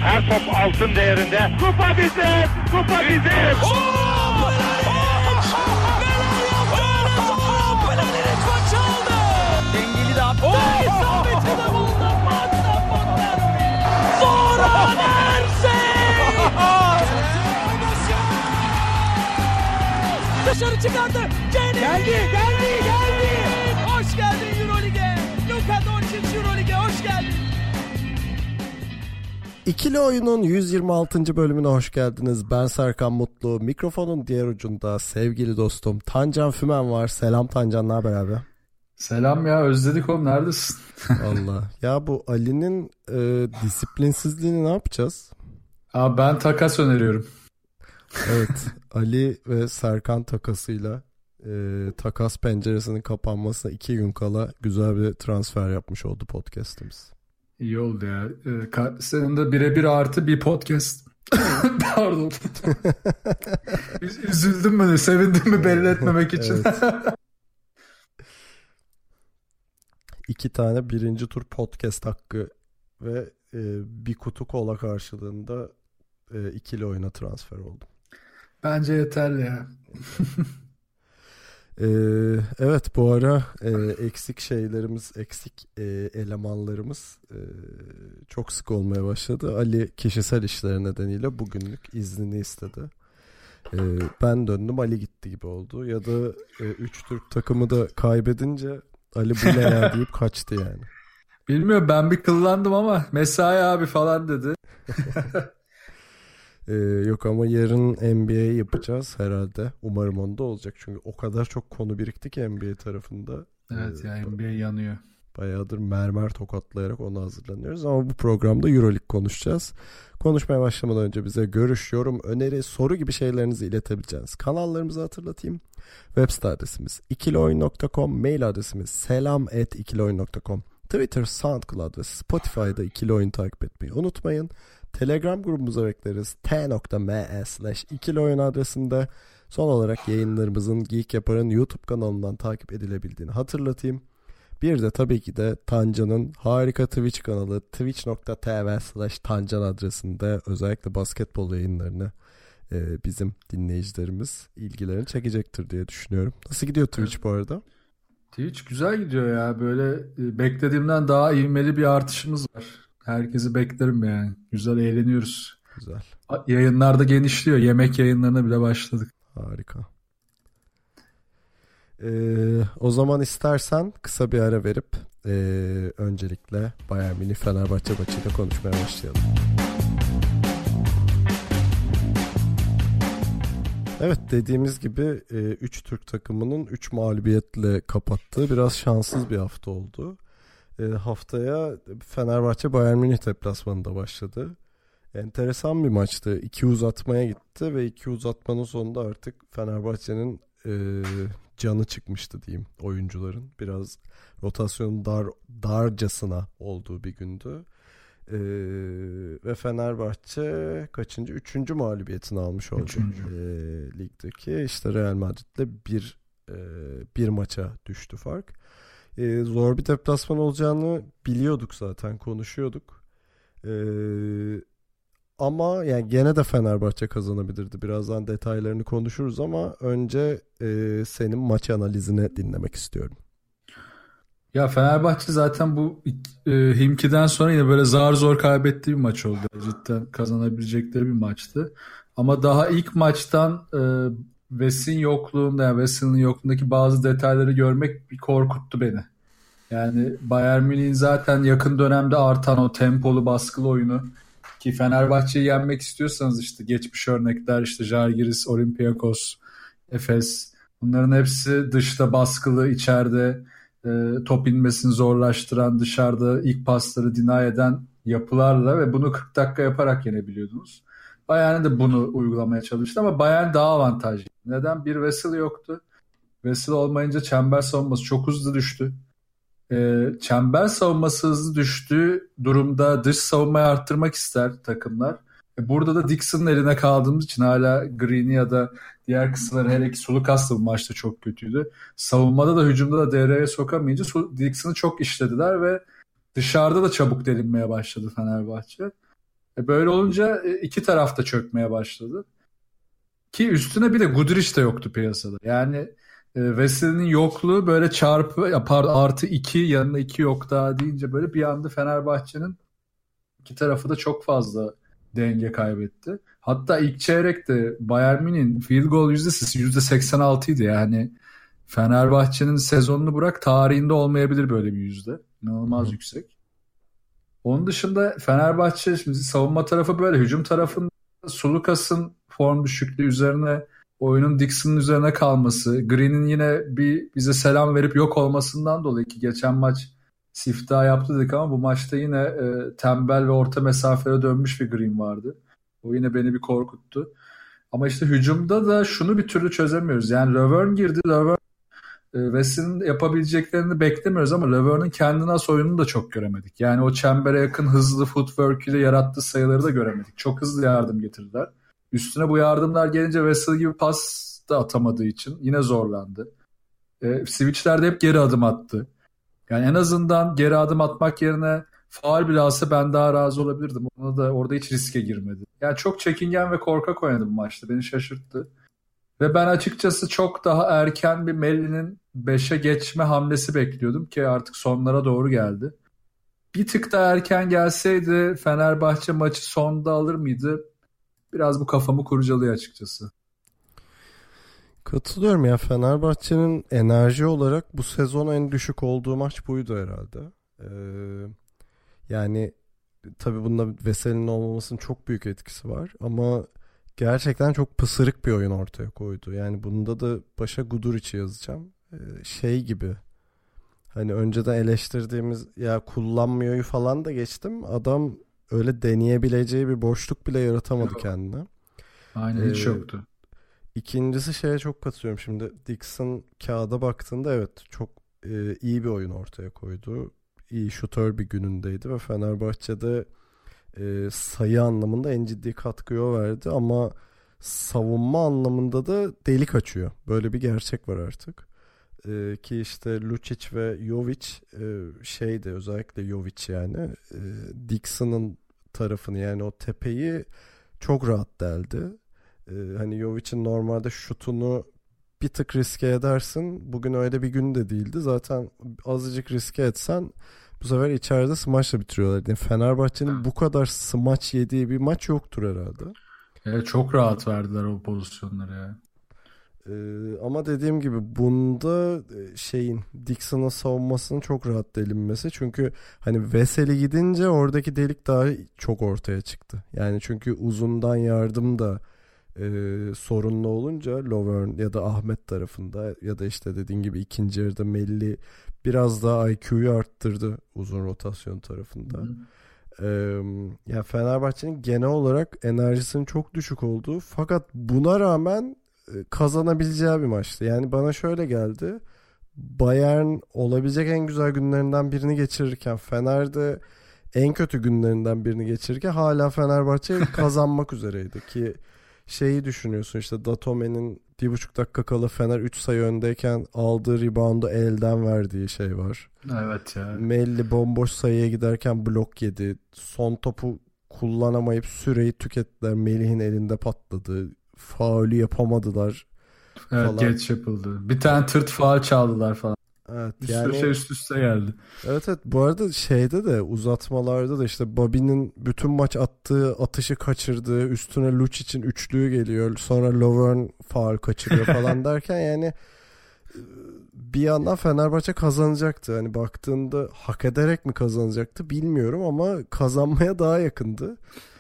Her top altın değerinde. Kupa bizim, kupa bizim. Mihailovic maçı aldı. Dengeli de attı. İsabeti de buldu. Zoran Ersin. Dışarı çıkardı. Geldi. Hoş geldin Euroleague'e. Luka Doncic Euroleague'e hoş geldin. İkili Oyun'un 126. bölümüne hoş geldiniz. Ben Serkan Mutlu. Mikrofonun diğer ucunda sevgili dostum Tancan Fümen var. Selam Tancan, ne haber abi? Selam ya, özledik oğlum, neredesin? Allah. Ya bu Ali'nin disiplinsizliğini ne yapacağız? Abi ben takas öneriyorum. Evet, Ali ve Serkan takasıyla takas penceresinin kapanmasına 2 gün kala güzel bir transfer yapmış oldu podcast'imiz. İyi oldu ya. Senin de birebir artı bir podcast. Pardon. Üzüldün mü, sevindin mi belli etmemek için. Evet. 2 tane birinci tur podcast hakkı ve bir kutu kola karşılığında ikili oyuna transfer oldum. Bence yeterli ya. Evet, bu ara eksik şeylerimiz, eksik elemanlarımız çok sık olmaya başladı. Ali kişisel işleri nedeniyle bugünlük iznini istedi. Ben döndüm, Ali gitti gibi oldu. Ya da 3 Türk takımı da kaybedince Ali bu ne ya deyip kaçtı yani. Bilmiyorum, ben bir kıllandım ama Mesai abi falan dedi. Yok ama yarın NBA yapacağız herhalde. Umarım onda olacak. Çünkü o kadar çok konu birikti ki NBA tarafında. Evet ya, NBA yanıyor. Bayağıdır mermer tokatlayarak ona hazırlanıyoruz. Ama bu programda Euroleague konuşacağız. Konuşmaya başlamadan önce bize görüş, yorum, öneri, soru gibi şeylerinizi iletebileceğiniz kanallarımızı hatırlatayım. Web site adresimiz ikilioyun.com, mail adresimiz selam@ikilioyun.com, Twitter, SoundCloud ve Spotify'da İkili Oyun takip etmeyi unutmayın. Telegram grubumuza bekleriz. t.me/ikilioyun adresinde. Son olarak yayınlarımızın Geek Yapar'ın YouTube kanalından takip edilebildiğini hatırlatayım. Bir de tabii ki de Tancan'ın harika Twitch kanalı twitch.tv/Tancan adresinde özellikle basketbol yayınlarını bizim dinleyicilerimiz ilgilerini çekecektir diye düşünüyorum. Nasıl gidiyor Twitch bu arada? Twitch güzel gidiyor ya. Böyle beklediğimden daha ivmeli bir artışımız var. Herkesi beklerim yani. Güzel eğleniyoruz. Güzel. Yayınlarda genişliyor. Yemek yayınlarına bile başladık. Harika. O zaman istersen kısa bir ara verip öncelikle Bayern Münih Fenerbahçe maçıyla konuşmaya başlayalım. Evet, dediğimiz gibi 3 Türk takımının 3 mağlubiyetle kapattığı biraz şanssız bir hafta oldu. Haftaya Fenerbahçe Bayern Münih deplasmanında başladı. Enteresan bir maçtı. 2 uzatmaya gitti ve 2 uzatmanın sonunda artık Fenerbahçe'nin canı çıkmıştı diyeyim oyuncuların. Biraz rotasyonun darcasına olduğu bir gündü. Ve Fenerbahçe kaçıncı? 3. mağlubiyetini almış oldu. Ligdeki işte Real Madrid'le bir maça düştü fark. Zor bir deplasman olacağını biliyorduk zaten, konuşuyorduk. Ama yani gene de Fenerbahçe kazanabilirdi. Birazdan detaylarını konuşuruz ama önce senin maç analizini dinlemek istiyorum. Ya Fenerbahçe zaten bu Himki'den sonra yine böyle zar zor kaybettiği bir maç oldu. Cidden kazanabilecekleri bir maçtı. Ama daha ilk maçtan Wes'in yokluğunda, yani Wes'in yokluğundaki bazı detayları görmek bir korkuttu beni. Yani Bayern Münih'in zaten yakın dönemde artan o tempolu baskılı oyunu, ki Fenerbahçe'yi yenmek istiyorsanız işte geçmiş örnekler, işte Žalgiris, Olympiakos, Efes, bunların hepsi dışta baskılı, içeride top inmesini zorlaştıran, dışarıda ilk pasları deny eden yapılarla ve bunu 40 dakika yaparak yenebiliyordunuz. Bayern de bunu uygulamaya çalıştı ama Bayern daha avantajlı. Neden? Bir Wesel yoktu. Wesel olmayınca çember savunması çok hızlı düştü. Çember savunması hızlı düştüğü durumda dış savunmayı arttırmak ister takımlar. Burada da Dixon'ın eline kaldığımız için hala Green'i ya da diğer kısımları, hele ki Sulukas da bu maçta çok kötüydü. Savunmada da hücumda da devreye sokamayınca Dixon'ı çok işlediler ve dışarıda da çabuk delinmeye başladı Fenerbahçe. Böyle olunca iki taraf da çökmeye başladı. Ki üstüne bir de Guduric de yoktu piyasada. Yani Veseli'nin yokluğu böyle çarpı yapar, artı 2 yanına 2 yok daha deyince böyle bir anda Fenerbahçe'nin iki tarafı da çok fazla denge kaybetti. Hatta ilk çeyrekte Bayern Münih'in field goal yüzdesi %86 idi. Yani Fenerbahçe'nin sezonunu bırak, tarihinde olmayabilir böyle bir yüzde. İnanılmaz yüksek. Onun dışında Fenerbahçe şimdi savunma tarafı böyle. Hücum tarafında Sulukas'ın form düşüklüğü üzerine, oyunun Dixon'ın üzerine kalması, Green'in yine bir bize selam verip yok olmasından dolayı, ki geçen maç siftah yaptı dedik ama bu maçta yine tembel ve orta mesafeye dönmüş bir Green vardı. O yine beni bir korkuttu. Ama işte hücumda da şunu bir türlü çözemiyoruz. Yani Lovern girdi. Lovern West'in yapabileceklerini beklemiyoruz ama Lovern'ın kendine has oyununu da çok göremedik. Yani o çembere yakın hızlı footwork ile yarattığı sayıları da göremedik. Çok hızlı yardım getirdiler. Üstüne bu yardımlar gelince Wessel gibi pas da atamadığı için yine zorlandı. Switch'lerde hep geri adım attı. Yani en azından geri adım atmak yerine faul bile alsa ben daha razı olabilirdim. Ona da orada hiç riske girmedi. Yani çok çekingen ve korkak oynadı bu maçta. Beni şaşırttı. Ve ben açıkçası çok daha erken bir Melli'nin 5'e geçme hamlesi bekliyordum ki artık sonlara doğru geldi. Bir tık daha erken gelseydi Fenerbahçe maçı sonda alır mıydı? Biraz bu kafamı kurcalıyor açıkçası. Katılıyorum ya, Fenerbahçe'nin enerji olarak bu sezon en düşük olduğu maç buydu herhalde. Yani tabii bunda Veseli'nin olmamasının çok büyük etkisi var ama gerçekten çok pısırık bir oyun ortaya koydu. Yani bunda da başa Guduric'i yazacağım. Şey gibi, hani önceden eleştirdiğimiz ya kullanmıyor falan da geçtim. Adam öyle deneyebileceği bir boşluk bile yaratamadı kendine. Aynen, hiç yoktu. İkincisi şeye çok katılıyorum. Şimdi Dixon kağıda baktığında evet çok iyi bir oyun ortaya koydu. İyi şutör bir günündeydi ve Fenerbahçe'de sayı anlamında en ciddi katkıyı o verdi ama savunma anlamında da delik açıyor. Böyle bir gerçek var artık. Ki işte Lucic ve Jovic şeydi, özellikle Jovic yani Dixon'ın tarafını, yani o tepeyi çok rahat deldi. Hani Jovic'in normalde şutunu bir tık riske edersin. Bugün öyle bir gün de değildi. Zaten azıcık riske etsen bu sefer içeride smaçla bitiriyorlar. Yani Fenerbahçe'nin bu kadar smaç yediği bir maç yoktur herhalde. Evet, çok rahat verdiler o pozisyonları ya. Ama dediğim gibi bunda şeyin, Dixon'ın savunmasının çok rahat delinmesi. Çünkü hani Veseli gidince oradaki delik daha çok ortaya çıktı. Yani çünkü uzundan yardım da sorunlu olunca Lovern ya da Ahmet tarafında ya da işte dediğin gibi ikinci yarıda Melli biraz daha IQ'yu arttırdı uzun rotasyon tarafında. Yani Fenerbahçe'nin genel olarak enerjisinin çok düşük olduğu fakat buna rağmen kazanabileceği bir maçtı. Yani bana şöyle geldi. Bayern olabilecek en güzel günlerinden birini geçirirken, Fener'de en kötü günlerinden birini geçirirken hala Fenerbahçe kazanmak üzereydi ki şeyi düşünüyorsun, işte Datome'nin 1,5 dakika kala Fener 3 sayı öndeyken aldığı reboundu elden verdiği şey var. Evet ya. Melli bomboş sayıya giderken blok yedi. Son topu kullanamayıp süreyi tükettiler. Melih'in elinde patladı. Faulü yapamadılar. Evet falan. Geç yapıldı. Bir tane tırt faul çaldılar falan. Evet, Bir sürü şey üst üste geldi. Evet bu arada şeyde de, uzatmalarda da işte Bobby'nin bütün maç attığı atışı kaçırdığı, üstüne Lucic'in üçlüğü geliyor, sonra Lovern faul kaçırıyor falan derken yani bir yandan Fenerbahçe kazanacaktı. Hani baktığında hak ederek mi kazanacaktı bilmiyorum ama kazanmaya daha yakındı.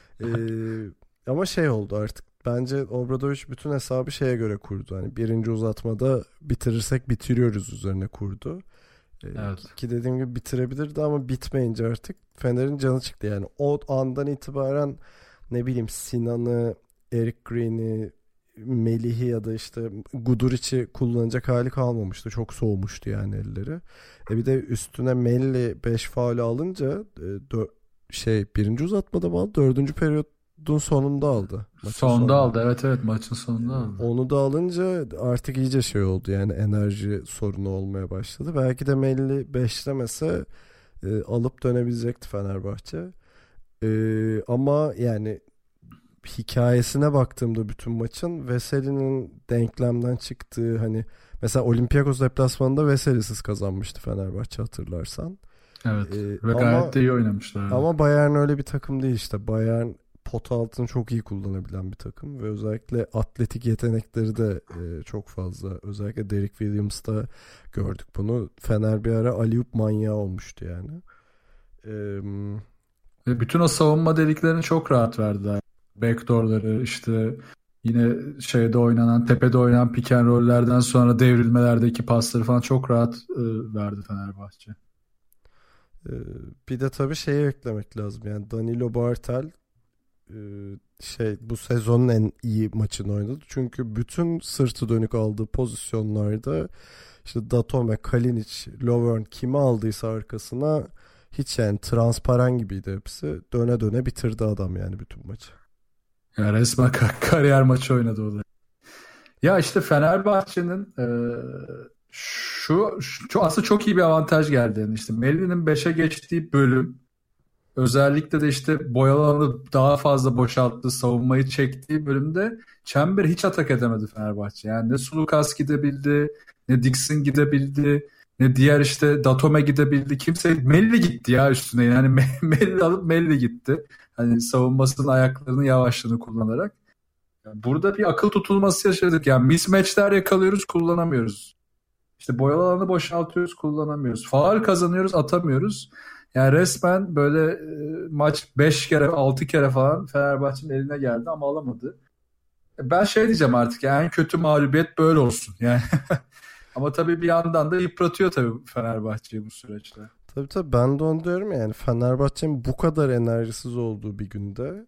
Ama şey oldu artık. Bence Obradovic bütün hesabı şeye göre kurdu. Hani birinci uzatmada bitirirsek bitiriyoruz üzerine kurdu. Evet. Ki dediğim gibi bitirebilirdi ama bitmeyince artık Fener'in canı çıktı. Yani o andan itibaren ne bileyim Sinan'ı, Eric Green'i, Melih'i ya da işte Guduric'i kullanacak hali kalmamıştı. Çok soğumuştu yani elleri. Bir de üstüne Melli 5 faulü alınca birinci uzatmada mı aldı? 4. periyodun sonunda aldı. Sonunda aldı, evet maçın sonunda aldı. Onu da alınca artık iyice şey oldu, yani enerji sorunu olmaya başladı. Belki de Melli 5'lemese alıp dönebilecekti Fenerbahçe. Ama yani hikayesine baktığımda bütün maçın Veseli'nin denklemden çıktığı, hani mesela Olympiakos deplasmanında Veseli'siz kazanmıştı Fenerbahçe, hatırlarsan. Evet. Ve gayet de iyi oynamışlar. Ama Bayern öyle bir takım değil işte. Bayern pot altını çok iyi kullanabilen bir takım ve özellikle atletik yetenekleri de çok fazla. Özellikle Derek Williams'ta gördük bunu. Fener bir ara alley-oop manyağı olmuştu yani. Ve bütün o savunma deliklerini çok rahat verdiler. Backdoor'ları, işte yine şeyde oynanan, tepede oynanan pick and roll'lerden sonra devrilmelerdeki pasları falan çok rahat verdi Fenerbahçe. Bir de tabii şeyi eklemek lazım. Yani Danilo Bartel bu sezonun en iyi maçını oynadı. Çünkü bütün sırtı dönük aldığı pozisyonlarda işte Datome, Kalinic, Lovren kimi aldıysa arkasına hiç yani transparan gibiydi hepsi. Döne döne bitirdi adam yani bütün maçı. Ya resmen kariyer maçı oynadı o da. Ya işte Fenerbahçe'nin aslında çok iyi bir avantaj geldi. Yani işte Melli'nin 5'e geçtiği bölüm, özellikle de işte boyalı alanı daha fazla boşalttığı, savunmayı çektiği bölümde çemberi hiç atak edemedi Fenerbahçe. Yani ne Sulukas gidebildi, ne Dixon gidebildi, ne diğer işte Datome gidebildi. Kimse, Melli gitti ya üstüne. Yani Melli alıp Melli gitti. Hani savunmasının ayaklarının yavaşlığını kullanarak. Yani burada bir akıl tutulması yaşadık. Yani mismatchler yakalıyoruz, kullanamıyoruz. İşte boyalı alanı boşaltıyoruz, kullanamıyoruz. Faul kazanıyoruz, atamıyoruz. Yani resmen böyle maç 5 kere 6 kere falan Fenerbahçe'nin eline geldi ama alamadı. Ben şey diyeceğim artık, yani en kötü mağlubiyet böyle olsun. Yani ama tabii bir yandan da yıpratıyor tabii Fenerbahçe'yi bu süreçte. Tabii ben de onu diyorum yani, Fenerbahçe'nin bu kadar enerjisiz olduğu bir günde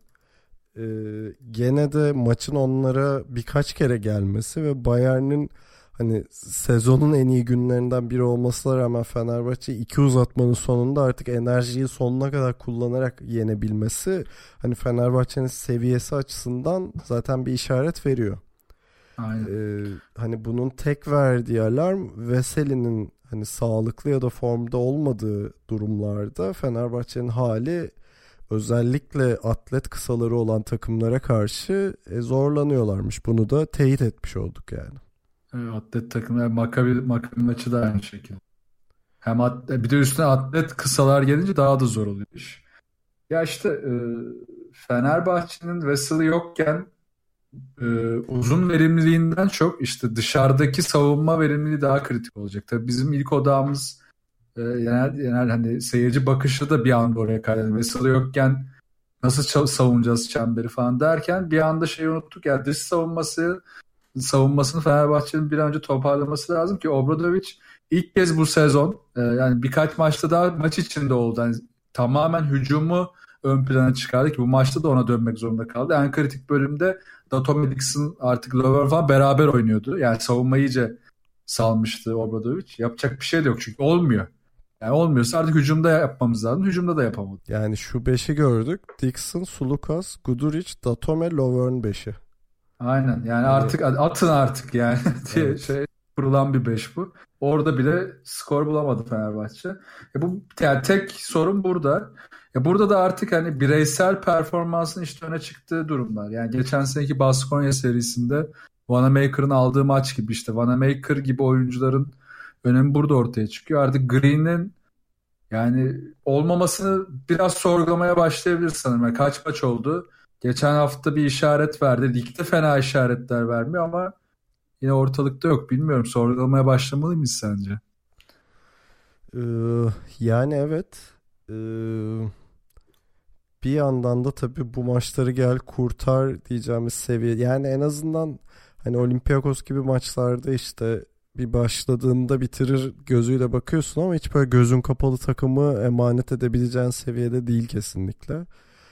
gene de maçın onlara birkaç kere gelmesi ve Bayern'in hani sezonun en iyi günlerinden biri olmasına rağmen Fenerbahçe 2 uzatmanın sonunda artık enerjiyi sonuna kadar kullanarak yenebilmesi, hani Fenerbahçe'nin seviyesi açısından zaten bir işaret veriyor. Aynen. Hani bunun tek verdiği alarm, Veseli'nin hani sağlıklı ya da formda olmadığı durumlarda Fenerbahçe'nin hali, özellikle atlet kısaları olan takımlara karşı zorlanıyorlarmış. Bunu da teyit etmiş olduk yani. Atlet takımlar, Maccabi maçı da aynı şekilde. Hem bir de üstüne atlet kısalar gelince daha da zor oluyor iş. Ya işte Fenerbahçe'nin Veseli yokken uzun verimliliğinden çok işte dışarıdaki savunma verimliliği daha kritik olacak. Tabii bizim ilk odağımız genel hani seyirci bakışı da bir anda oraya kaydı. Veseli yokken nasıl savunacağız çemberi falan derken bir anda şeyi unuttuk. Yani dış savunmasını Fenerbahçe'nin bir an önce toparlaması lazım ki Obradovic ilk kez bu sezon yani birkaç maçta daha maç içinde oldu. Yani tamamen hücumu ön plana çıkardı ki bu maçta da ona dönmek zorunda kaldı. En kritik bölümde Datome, Dixon, artık Lover falan beraber oynuyordu. Yani savunmayı iyice salmıştı Obradovic. Yapacak bir şey de yok çünkü olmuyor. Yani olmuyorsa artık hücumda yapmamız lazım. Hücumda da yapamadık. Yani şu 5'i gördük. Dixon, Sulukas, Guduric, Datome, Lovern 5'i. Aynen. Yani artık atın artık yani diye evet. Kurulan bir 5 bu. Orada bile skor bulamadı Fenerbahçe. Bu yani tek sorun burada. Burada da artık hani bireysel performansın işte öne çıktığı durumlar. Yani geçen seneki Baskonya serisinde Wanamaker'ın aldığı maç gibi, işte Wanamaker gibi oyuncuların önemi burada ortaya çıkıyor. Artık Green'in yani olmamasını biraz sorgulamaya başlayabilir sanırım. Yani kaç maç oldu? Geçen hafta bir işaret verdi. Ligde fena işaretler vermiyor ama yine ortalıkta yok. Bilmiyorum, sorgulamaya başlamalı mıyız sence? Yani evet. Bir yandan da tabii bu maçları gel kurtar diyeceğimiz seviye. Yani en azından hani Olympiakos gibi maçlarda işte bir başladığında bitirir gözüyle bakıyorsun ama hiç böyle gözün kapalı takımı emanet edebileceğin seviyede değil kesinlikle.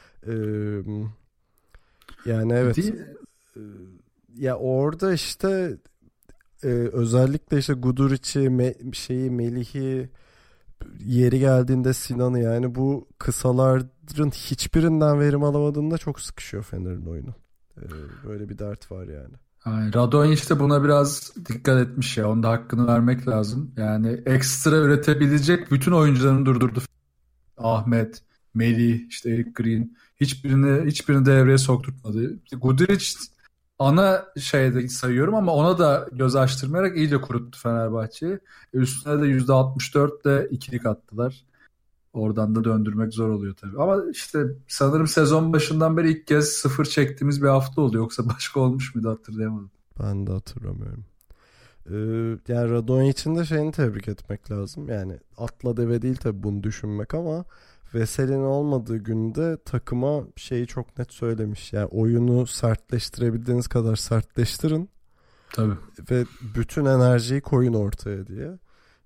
Yani evet. Ya orada işte özellikle işte Guduric'i, Melih'i, yeri geldiğinde Sinan'ı, yani bu kısaların hiçbirinden verim alamadığında çok sıkışıyor Fener'in oyunu. Böyle bir dert var yani. Yani Radonjić işte buna biraz dikkat etmiş ya. Onun da hakkını vermek lazım. Yani ekstra üretebilecek bütün oyuncularını durdurdu. Ahmet, Melih, işte Eric Green hiçbirini devreye sokturtmadı. Guduric ana şeyde sayıyorum ama ona da göz açtırmayarak iyice kuruttu Fenerbahçe'yi. Üstüne de %64'le ikilik attılar. Oradan da döndürmek zor oluyor tabii. Ama işte sanırım sezon başından beri ilk kez 0 çektiğimiz bir hafta oldu. Yoksa başka olmuş muydu hatırlayamadım. Ben de hatırlamıyorum. Yani Radonjic için de şeyini tebrik etmek lazım. Yani atla deve değil tabii bunu düşünmek ama Veseli'nin olmadığı günde takıma şeyi çok net söylemiş. Yani oyunu sertleştirebildiğiniz kadar sertleştirin. Tabii. Ve bütün enerjiyi koyun ortaya diye.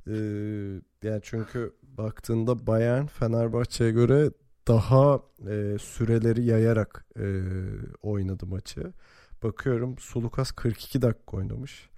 Yani çünkü baktığında Bayern Fenerbahçe'ye göre daha süreleri yayarak oynadı maçı. Bakıyorum Sulukas 42 dakika oynamış.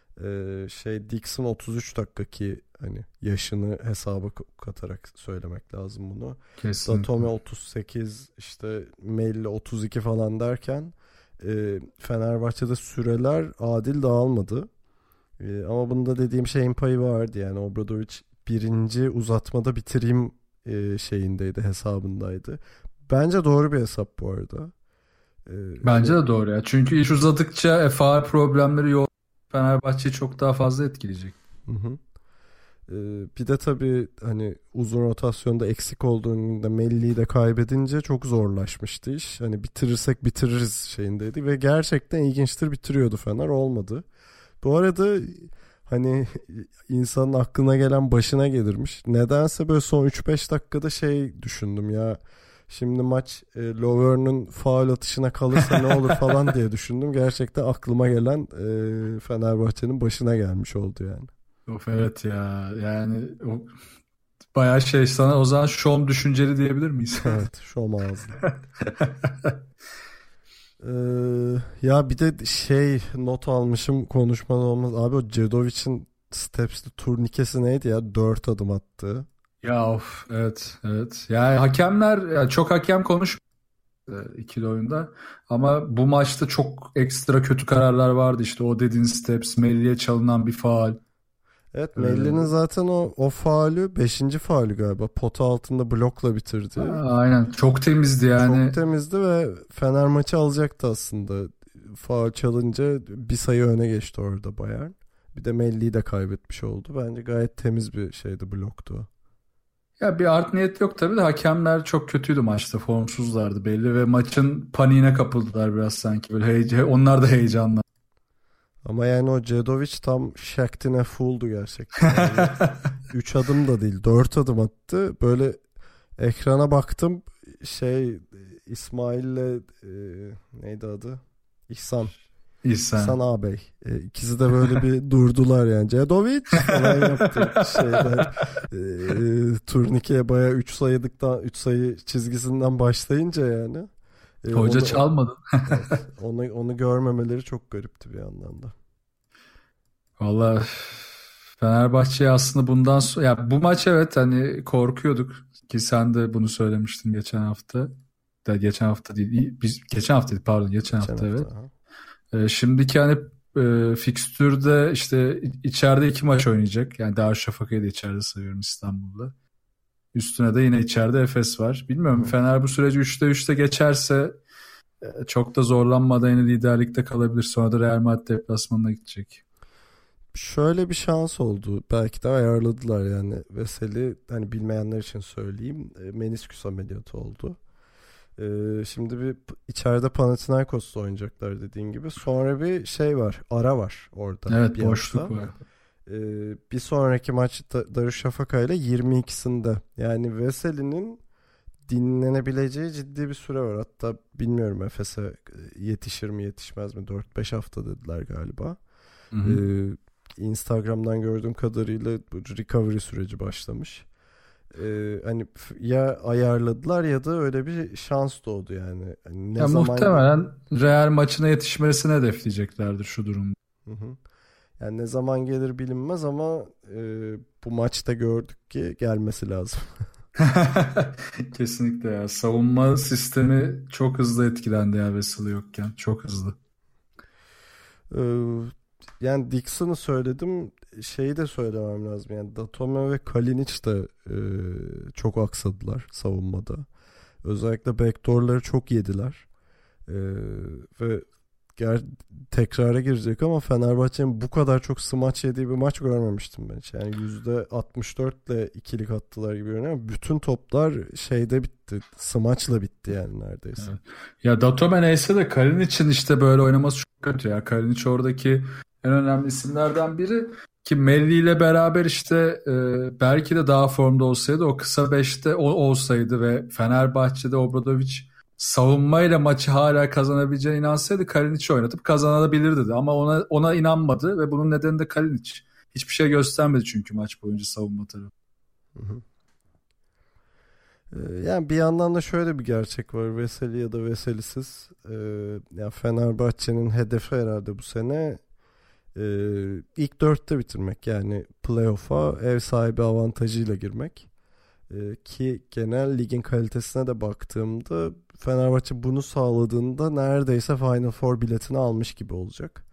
Dixon 33 dakika ki hani yaşını hesaba katarak söylemek lazım bunu. Kesinlikle. Datome 38 işte Melli 32 falan derken Fenerbahçe'de süreler adil dağılmadı. Ama bunda dediğim şeyin payı vardı yani Obradovic birinci uzatmada bitireyim şeyindeydi, hesabındaydı. Bence doğru bir hesap bu arada. Bence de doğru ya. Çünkü iş uzadıkça faul problemleri Fenerbahçe'yi çok daha fazla etkileyecek. Hı hı. Bir de tabii hani uzun rotasyonda eksik olduğunda Melli'yi de kaybedince çok zorlaşmıştı iş. Hani bitirirsek bitiririz şeyindeydi ve gerçekten ilginçtir bitiriyordu Fener, olmadı. Bu arada hani insanın aklına gelen başına gelirmiş. Nedense böyle son 3-5 dakikada şey düşündüm ya. Şimdi maç Lovern'ın faul atışına kalırsa ne olur falan diye düşündüm. Gerçekten aklıma gelen Fenerbahçe'nin başına gelmiş oldu yani. Of evet ya. Yani bayağı sana o zaman şom düşünceli diyebilir miyiz? Evet, şom ağzı. Ya bir de not almışım konuşmadan olmaz. Abi o Cedovic'in Steps'li turnikesi neydi ya? 4 adım attı. Ya of evet. Yani hakemler çok hakem konuşmuyor ikili oyunda. Ama bu maçta çok ekstra kötü kararlar vardı. İşte o dediğin Steps, Melli'ye çalınan bir faul. Evet, Melli'nin zaten o faulü 5. faulü galiba. Pota altında blokla bitirdi. Aynen. Çok temizdi yani. Çok temizdi ve Fener maçı alacaktı aslında. Faul çalınca bir sayı öne geçti orada Bayern. Bir de Melli'yi de kaybetmiş oldu. Bence gayet temiz bir bloktu o. Ya bir art niyet yok tabii de hakemler çok kötüydü maçta. Formsuzlardı belli ve maçın paniğine kapıldılar biraz sanki. Böyle onlar da heyecanlı. Ama yani o Cedovic tam Shaktine Fool'du gerçekten. Yani 3 adım da değil 4 adım attı. Böyle ekrana baktım İsmail'le neydi adı? İhsan ağabey. İkisi de böyle bir durdular yani. Cedovic falan yaptı şeyler. Turnikeye bayağı 3 sayı çizgisinden başlayınca yani. Hoca çalmadı. Evet, onu görmemeleri çok garipti bir yandan da. Vallahi Fenerbahçe aslında bundan sonra ya bu maç evet hani korkuyorduk ki sen de bunu söylemiştin geçen hafta. Geçen hafta değil. Geçen hafta evet. Şimdiki hani fikstürde işte içeride 2 maç oynayacak. Yani Darüşşafaka'yı da içeride sayıyorum İstanbul'da. Üstüne de yine içeride Efes var. Bilmiyorum Fener bu süreci 3'te 3'te geçerse çok da zorlanmadan yine liderlikte kalabilir. Sonra da Real Madrid deplasmanına gidecek. Şöyle bir şans oldu. Belki de ayarladılar yani. Veseli hani bilmeyenler için söyleyeyim. Menisküs ameliyatı oldu. Şimdi içeride Panathinaikos'la oynayacaklar dediğin gibi. Sonra bir var. Ara var orada. Evet, boşluk var. Bir sonraki maç Darüşşafaka ile 22'sinde. Yani Veseli'nin dinlenebileceği ciddi bir süre var. Hatta bilmiyorum Efes'e yetişir mi yetişmez mi? 4-5 hafta dediler galiba. Instagram'dan gördüğüm kadarıyla bu recovery süreci başlamış. Hani ya ayarladılar ya da öyle bir şans doğdu yani. Hani ya muhtemelen Real maçına yetişmesini hedefleyeceklerdir şu durumda. Yani ne zaman gelir bilinmez ama bu maçta gördük ki gelmesi lazım. Kesinlikle ya. Savunma sistemi çok hızlı etkilendi ya Veseli yokken. Çok hızlı. Yani Dixon'ı söyledim. Şeyi de söylemem lazım. Yani Datome ve Kalinic de çok aksadılar savunmada. Özellikle backdoor'ları çok yediler. Ve tekrara girecek ama Fenerbahçe'nin bu kadar çok smaç yediği bir maç görmemiştim ben hiç. Yani %64 ile ikilik attılar gibi görünüyor ama bütün toplar şeyde bitti. Smaçla bitti yani neredeyse. Evet. Ya Datome neyse de Kalinic'in işte böyle oynaması çok kötü ya. Kalinic oradaki en önemli isimlerden biri ki Melli ile beraber işte belki de daha formda olsaydı o kısa 5'te olsaydı ve Fenerbahçe'de Obradovic savunmayla maçı hala kazanabileceğine inansaydı Kalinic'i oynatıp kazanabilirdi dedi. Ama ona inanmadı ve bunun nedeni de Kalinic. Hiçbir şey göstermedi çünkü maç boyunca savunma tarafı. Yani bir yandan da şöyle bir gerçek var. Veseli ya da Veselisiz. Yani Fenerbahçe'nin hedefi herhalde bu sene ilk 4'te bitirmek. Yani playoff'a ev sahibi avantajıyla girmek. Ki genel ligin kalitesine de baktığımda Fenerbahçe bunu sağladığında neredeyse Final Four biletini almış gibi olacak.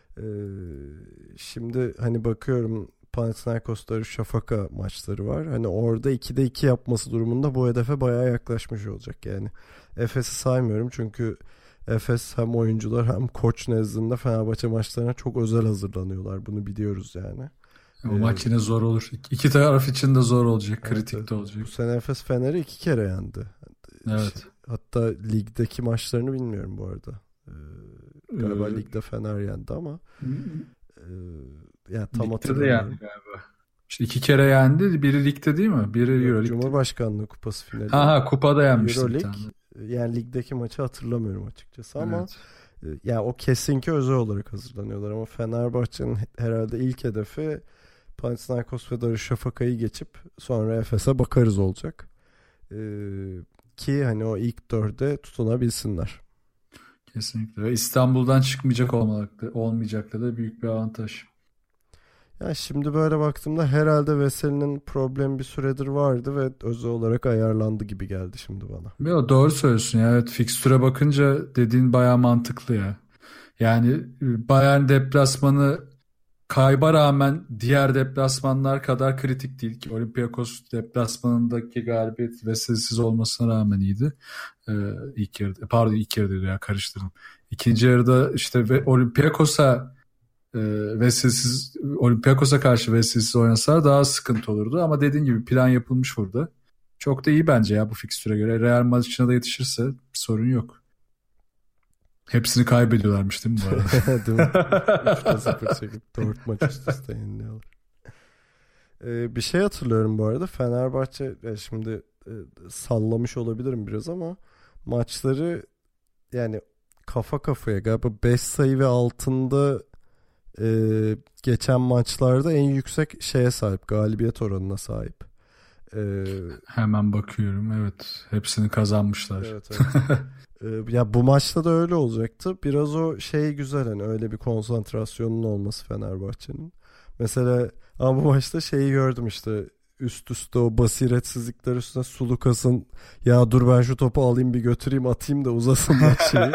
Şimdi hani bakıyorum Panathinaikos Darüşşafaka maçları var. Hani orada 2'de 2 yapması durumunda bu hedefe bayağı yaklaşmış olacak. Yani Efes'i saymıyorum çünkü Efes hem oyuncular hem koç nezdinde Fenerbahçe maçlarına çok özel hazırlanıyorlar. Bunu biliyoruz yani. O maç yine zor olur. İki taraf için de zor olacak. Kritik evet. de olacak. Bu sene Efes Fener'i 2 kere yendi. Evet. Hatta ligdeki maçlarını bilmiyorum bu arada. Galiba ligde Fener yendi ama yani tam hatırlamıyorum. Yani galiba. İşte 2 kere yendi. Biri ligde değil mi? Biri Euroleague. Cumhurbaşkanlığı Kupası finali. Kupada yenmişti Euroleague. Yani ligdeki maçı hatırlamıyorum açıkçası ama yani o kesinki özel olarak hazırlanıyorlar ama Fenerbahçe'nin herhalde ilk hedefi Panathinaikos ve Darüşşafaka'yı geçip sonra Efes'e bakarız olacak. Ki hani o ilk 4'e tutunabilsinler. Kesinlikle. Ve İstanbul'dan çıkmayacak olmayacakları da büyük bir avantaj. Ya şimdi böyle baktığımda herhalde Veseli'nin problemi bir süredir vardı ve özel olarak ayarlandı gibi geldi şimdi bana. Yo, doğru söylüyorsun ya. Evet, fikstüre bakınca dediğin bayağı mantıklı ya. Yani Bayern deplasmanı kayba rağmen diğer deplasmanlar kadar kritik değil ki. Olympiakos deplasmanındaki galibiyet Veselisiz olmasına rağmen iyiydi. İlk yarıda, ilk yarıda ya karıştırdım. İkinci yarıda işte Olympiakos'a karşı Veselisiz oynasalar daha sıkıntı olurdu ama dediğin gibi plan yapılmış burada. Çok da iyi bence ya bu fikstüre göre. Real maçına da yetişirse bir sorun yok. Hepsini kaybediyorlarmış değil mi bu arada? Değil mi? 3'te 0 çekip 4 maç üst üste yeniliyorlar. Bir şey hatırlıyorum bu arada. Fenerbahçe şimdi sallamış olabilirim biraz ama maçları yani kafa kafaya galiba 5 sayı ve altında geçen maçlarda en yüksek şeye sahip. Galibiyet oranına sahip. Hemen bakıyorum. Evet. Hepsini kazanmışlar. Evet. Ya bu maçta da öyle olacaktı. Biraz o şey güzel hani öyle bir konsantrasyonun olması Fenerbahçe'nin. Mesela ama bu maçta şeyi gördüm işte üst üste o basiretsizlikler üstüne Sulukas'ın ya dur ben şu topu alayım bir götüreyim atayım da uzasın maç şeyi.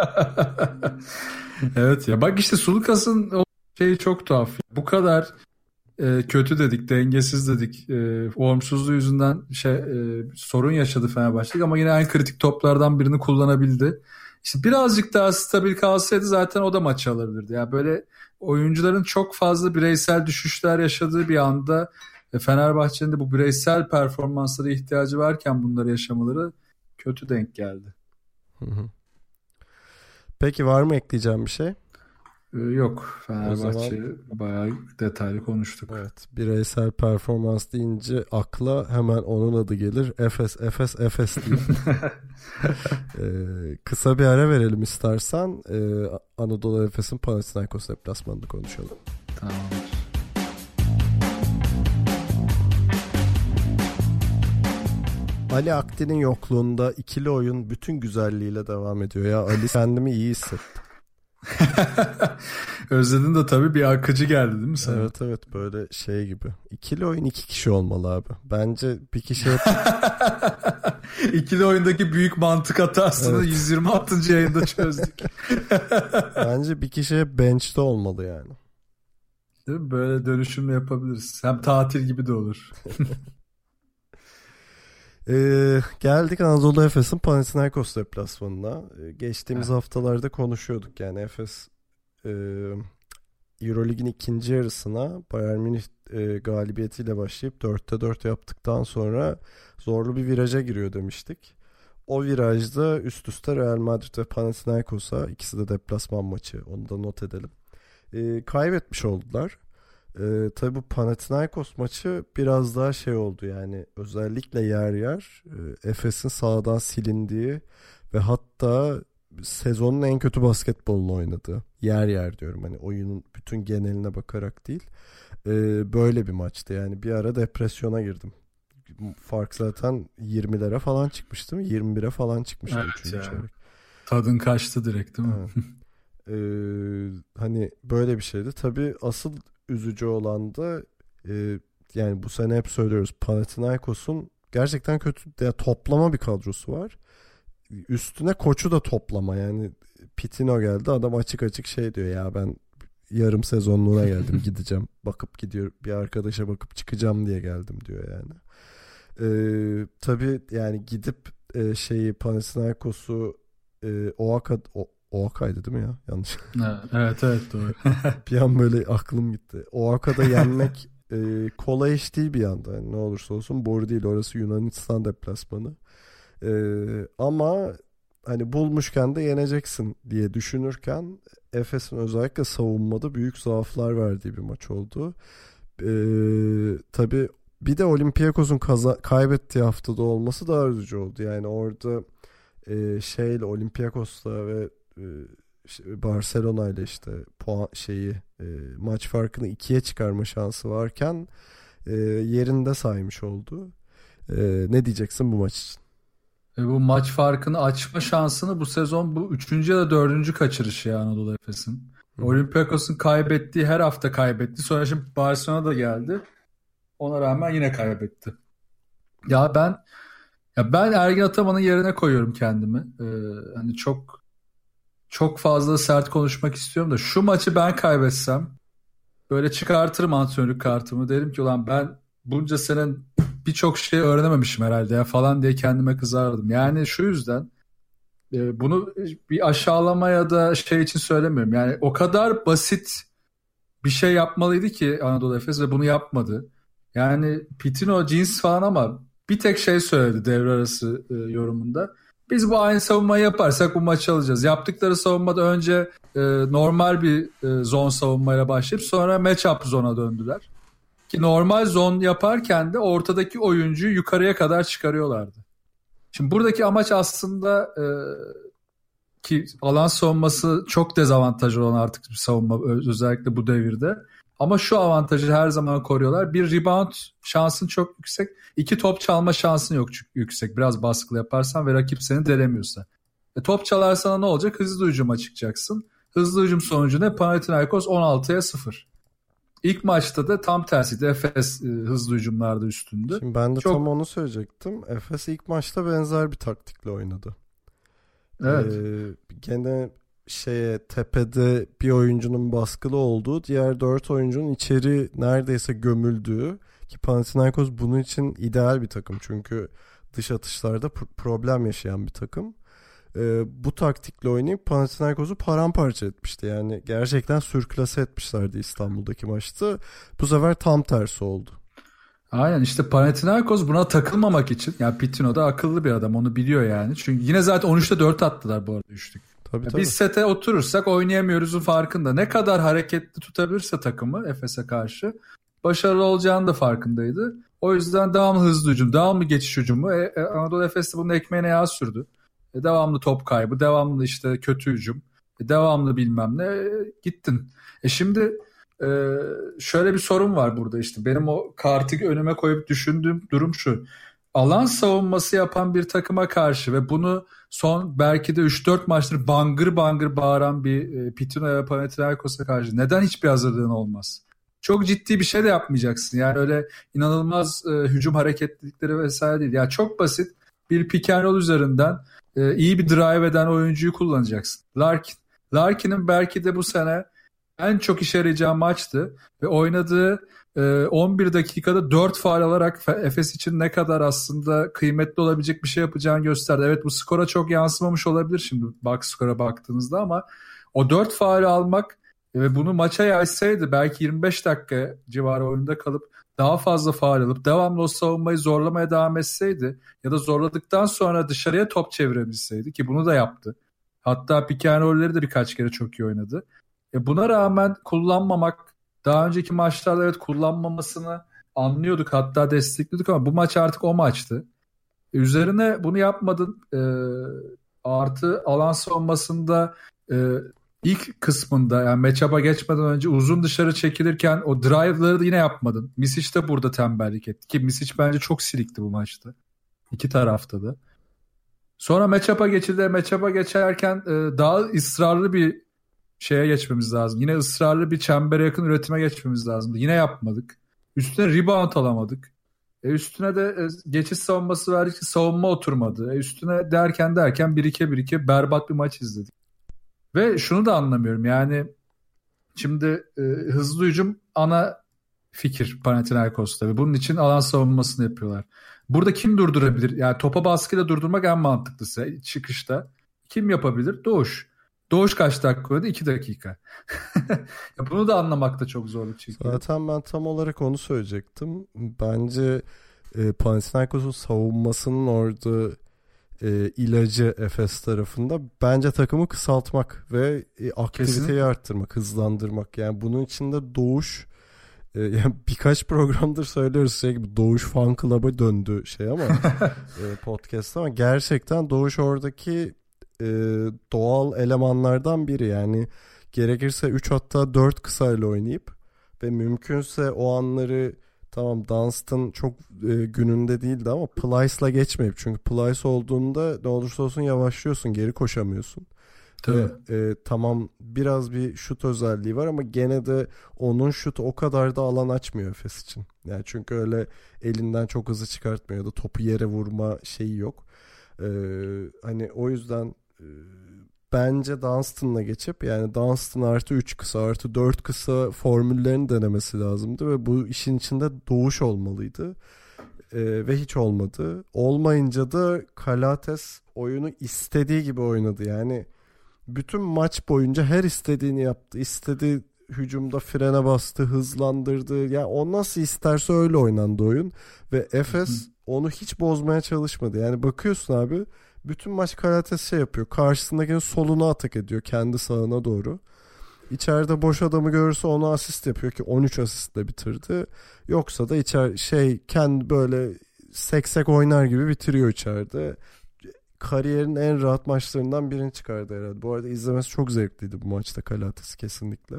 Evet ya bak işte Sulukas'ın o şeyi çok tuhaf. Bu kadar kötü dedik, dengesiz dedik. Formsuzluğu yüzünden sorun yaşadı Fenerbahçe ama yine en kritik toplardan birini kullanabildi. İşte birazcık daha stabil kalsaydı zaten o da maçı alabilirdi. Yani böyle oyuncuların çok fazla bireysel düşüşler yaşadığı bir anda Fenerbahçe'nin de bu bireysel performanslara ihtiyacı varken bunları yaşamaları kötü denk geldi. Peki var mı ekleyeceğim bir şey? Yok. Fenerbahçe bayağı detaylı konuştuk. Evet. Bireysel performans deyince akla hemen onun adı gelir. Efes diye. Kısa bir ara verelim istersen. Anadolu Efes'in Panathinaikos deplasmanını konuşalım. Tamam. Ali Akdi'nin yokluğunda ikili oyun bütün güzelliğiyle devam ediyor. Ya Ali kendimi iyi hissettim. Özledin de tabii bir akıcı geldi değil mi sana? Evet böyle şey gibi. İkili oyun 2 kişi olmalı abi. Bence bir kişi İkili oyundaki büyük mantık hatasını 126. yayında çözdük. Bence bir kişi hep bench'te olmalı yani. Değil mi? Böyle dönüşümle yapabiliriz. Hem tatil gibi de olur. Geldik Anadolu Efes'in Panathinaikos deplasmanına. Geçtiğimiz haftalarda konuşuyorduk yani Efes Eurolig'in ikinci yarısına Bayern Münih galibiyetiyle başlayıp 4'te 4 yaptıktan sonra zorlu bir viraja giriyor demiştik. O virajda üst üste Real Madrid ve Panathinaikos'a, ikisi de deplasman maçı, onu da not edelim, kaybetmiş oldular. Tabii bu Panathinaikos maçı biraz daha şey oldu yani, özellikle yer yer Efes'in sahadan silindiği ve hatta sezonun en kötü basketbolunu oynadığı, yer yer diyorum hani, oyunun bütün geneline bakarak değil, böyle bir maçtı yani. Bir ara depresyona girdim. Fark zaten 20'lere falan çıkmıştı mı? 21'e falan çıkmıştı. Evet ya. Tadın kaçtı direkt değil mi? Hani böyle bir şeydi. Tabii asıl üzücü olan da yani bu sene hep söylüyoruz, Panathinaikos'un gerçekten kötü yani, toplama bir kadrosu var. Üstüne koçu da toplama yani. Pitino geldi, adam açık açık şey diyor ya, ben yarım sezonluğuna geldim, gideceğim, bakıp gidiyor, bir arkadaşa bakıp çıkacağım diye geldim diyor yani. Tabii yani gidip Panathinaikos'u Oaka'ydı değil mi ya? Yanlış. Evet doğru. Bir an böyle aklım gitti. Oaka'da yenmek kolay iş değil bir yanda. Yani ne olursa olsun boru değil. Orası Yunanistan deplasmanı. Ama hani bulmuşken de yeneceksin diye düşünürken Efes'in özellikle savunmada büyük zaaflar verdiği bir maç oldu. Tabii bir de Olympiakos'un kaybettiği haftada olması daha üzücü oldu. Yani orada Olympiakos'la ve Barcelona ile işte puan maç farkını 2'ye çıkarma şansı varken yerinde saymış oldu. Ne diyeceksin bu maç için? Bu maç farkını açma şansını bu sezon bu 3. ya da 4. kaçırışı ya Anadolu Efes'in. Olympiakos'un kaybettiği her hafta kaybetti. Sonra şimdi Barcelona da geldi. Ona rağmen yine kaybetti. Ya ben Ergin Ataman'ın yerine koyuyorum kendimi. Hani çok fazla sert konuşmak istiyorum da şu maçı ben kaybetsem böyle çıkartırım antrenörlük kartımı, derim ki ulan ben bunca sene birçok şey öğrenememişim herhalde ya falan diye kendime kızardım. Yani şu yüzden bunu bir aşağılama ya da şey için söylemiyorum. Yani o kadar basit bir şey yapmalıydı ki Anadolu Efes ve bunu yapmadı. Yani Pitino cins falan ama bir tek şey söyledi devre arası yorumunda. Biz bu aynı savunmayı yaparsak bu maçı alacağız. Yaptıkları savunmada önce normal bir zon savunmayla başlayıp sonra match-up zona döndüler. Ki normal zon yaparken de ortadaki oyuncuyu yukarıya kadar çıkarıyorlardı. Şimdi buradaki amaç aslında ki alan savunması çok dezavantajlı olan artık bir savunma özellikle bu devirde. Ama şu avantajı her zaman koruyorlar. Bir rebound şansın çok yüksek. 2 top çalma şansın yok yüksek. Biraz baskılı yaparsan ve rakip seni delemiyorsa. Top çalarsan ne olacak? Hızlı hücuma çıkacaksın. Hızlı hücum sonucu ne? Panathinaikos 16'ya 0. İlk maçta da tam tersiydi. Efes hızlı hücumlarda üstündü. Şimdi ben de tam onu söyleyecektim. Efes ilk maçta benzer bir taktikle oynadı. Evet. Gene tepede bir oyuncunun baskılı olduğu, diğer 4 oyuncunun içeri neredeyse gömüldüğü, ki Panathinaikos bunun için ideal bir takım. Çünkü dış atışlarda problem yaşayan bir takım. Bu taktikle oynayıp Panathinaikos'u paramparça etmişti. Yani gerçekten sürklase etmişlerdi İstanbul'daki maçta. Bu sefer tam tersi oldu. Aynen, işte Panathinaikos buna takılmamak için, yani Pitino da akıllı bir adam, onu biliyor yani. Çünkü yine zaten 13'te 4 attılar bu arada üçlük. Tabii. Biz sete oturursak oynayamıyoruzun farkında. Ne kadar hareketli tutabilirse takımı Efes'e karşı başarılı olacağını da farkındaydı. O yüzden devamlı hızlı hücum, devamlı geçiş hücumu. Anadolu Efes de bunun ekmeğine yağ sürdü. Devamlı top kaybı, devamlı işte kötü hücum, devamlı bilmem ne, gittin. Şimdi şöyle bir sorun var burada işte. Benim o kartı önüme koyup düşündüğüm durum şu. Alan savunması yapan bir takıma karşı ve bunu son belki de 3-4 maçtır bangır bangır bağıran bir Pitino ve Panathinaikos'a karşı neden hiçbir hazırlığın olmaz? Çok ciddi bir şey de yapmayacaksın. Yani öyle inanılmaz hücum hareketlilikleri vesaire değil. Yani çok basit bir pick and roll üzerinden iyi bir drive eden oyuncuyu kullanacaksın. Larkin'in belki de bu sene en çok işe yarayacağı maçtı. Ve oynadığı 11 dakikada 4 faul alarak Efes için ne kadar aslında kıymetli olabilecek bir şey yapacağını gösterdi. Evet, bu skora çok yansımamış olabilir şimdi box skora baktığınızda ama o 4 faul almak ve bunu maça yaysaydı belki 25 dakika civarı oyunda kalıp daha fazla faul alıp devamlı o savunmayı zorlamaya devam etseydi ya da zorladıktan sonra dışarıya top çevirebilseydi ki bunu da yaptı. Hatta pick and roll'leri de birkaç kere çok iyi oynadı. Buna rağmen kullanmamak, daha önceki maçlarda evet kullanmamasını anlıyorduk, hatta destekliyorduk ama bu maç artık o maçtı. Üzerine bunu yapmadın. Artı alan savunmasında ilk kısmında yani matchup'a geçmeden önce uzun dışarı çekilirken o drive'ları da yine yapmadın. Misic de burada tembellik etti ki Misic bence çok silikti bu maçta. İki tarafta da. Sonra matchup'a geçildi. Matchup'a geçerken daha ısrarlı bir şeye geçmemiz lazım. Yine ısrarlı bir çembere yakın üretime geçmemiz lazımdı. Yine yapmadık. Üstüne rebound alamadık. Üstüne de geçiş savunması verdik. Savunma oturmadı. Üstüne derken birike berbat bir maç izledik. Ve şunu da anlamıyorum. Yani şimdi hızlı hücum ana fikir Panathinaikos'ta ve bunun için alan savunmasını yapıyorlar. Burada kim durdurabilir? Yani topa baskıyla durdurmak en mantıklısı çıkışta. Kim yapabilir? Doğuş. Doğuş kaç dakika oynadı? 2 dakika. Bunu da anlamakta çok zorluk çekiyor. Zaten ben tam olarak onu söyleyecektim. Bence Panathinaikos'un savunmasının orada ilacı Efes tarafında bence takımı kısaltmak ve aktiviteyi arttırmak, hızlandırmak. Yani bunun içinde Doğuş yani birkaç programdır söylüyoruz gibi Doğuş Fan Club'a döndü ama podcast ama gerçekten Doğuş oradaki doğal elemanlardan biri. Yani gerekirse 3 hatta 4 kısayla oynayıp ve mümkünse o anları tamam Dunstan çok gününde değildi ama Plyce'la geçmeyip çünkü Plyce olduğunda ne olursa olsun yavaşlıyorsun, geri koşamıyorsun. Tamam biraz bir şut özelliği var ama gene de onun şutu o kadar da alan açmıyor Efes için. Yani çünkü öyle elinden çok hızlı çıkartmıyor ya da topu yere vurma şeyi yok. Hani o yüzden bence Dunstan'la geçip yani Dunstan artı 3 kısa artı 4 kısa formüllerini denemesi lazımdı ve bu işin içinde Doğuş olmalıydı. Ve hiç olmadı. Olmayınca da Kalates oyunu istediği gibi oynadı. Yani bütün maç boyunca her istediğini yaptı. İstediği hücumda frene bastı, hızlandırdı. Yani o nasıl isterse öyle oynandı oyun. Ve Efes onu hiç bozmaya çalışmadı. Yani bakıyorsun abi bütün maç Kalates şey yapıyor. Karşısındakinin soluna atak ediyor kendi sağına doğru. İçeride boş adamı görürse ona asist yapıyor ki 13 asistle bitirdi. Yoksa da kendi böyle seksek oynar gibi bitiriyor içeride. Kariyerin en rahat maçlarından birini çıkardı herhalde. Bu arada izlemesi çok zevkliydi bu maçta Kalates kesinlikle.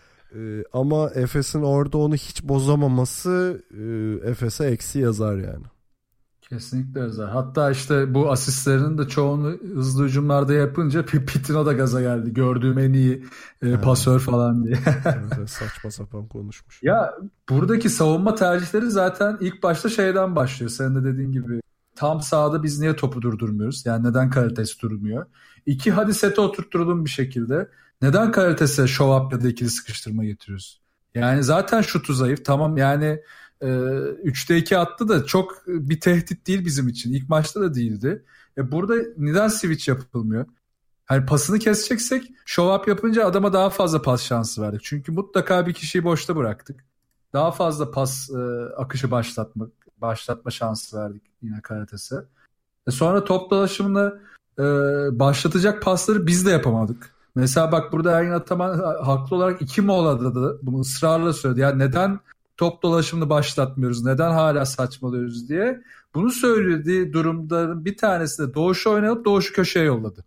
Ama Efes'in orada onu hiç bozamaması Efes'e eksi yazar yani. Kesinlikle yazar. Hatta işte bu asistlerinin de çoğunu hızlı hücumlarda yapınca Pitino da gaza geldi. Gördüğüm en iyi pasör falan diye. Evet, saçma sapan konuşmuş. Ya buradaki savunma tercihleri zaten ilk başta şeyden başlıyor. Senin de dediğin gibi. Tam sahada biz niye topu durdurmuyoruz? Yani neden Kalitesi durmuyor? 2 hadi sete oturtturalım bir şekilde. Neden Kalitesi'ne show up ya da ikili sıkıştırma getiriyoruz? Yani zaten şutu zayıf. Tamam yani 3'te 2 attı da çok bir tehdit değil bizim için. İlk maçta da değildi. Burada neden switch yapılmıyor? Hani pasını keseceksek show up yapınca adama daha fazla pas şansı verdik. Çünkü mutlaka bir kişiyi boşta bıraktık. Daha fazla pas akışı başlatma şansı verdik yine Karates'e. Sonra top dolaşımını başlatacak pasları biz de yapamadık. Mesela bak burada Ergin Ataman haklı olarak 2 molada da bunu ısrarla söyledi. Yani neden top dolaşımını başlatmıyoruz? Neden hala saçmalıyoruz diye. Bunu söylediği durumların bir tanesi de Doğuş'u oynayıp Doğuş'u köşeye yolladı.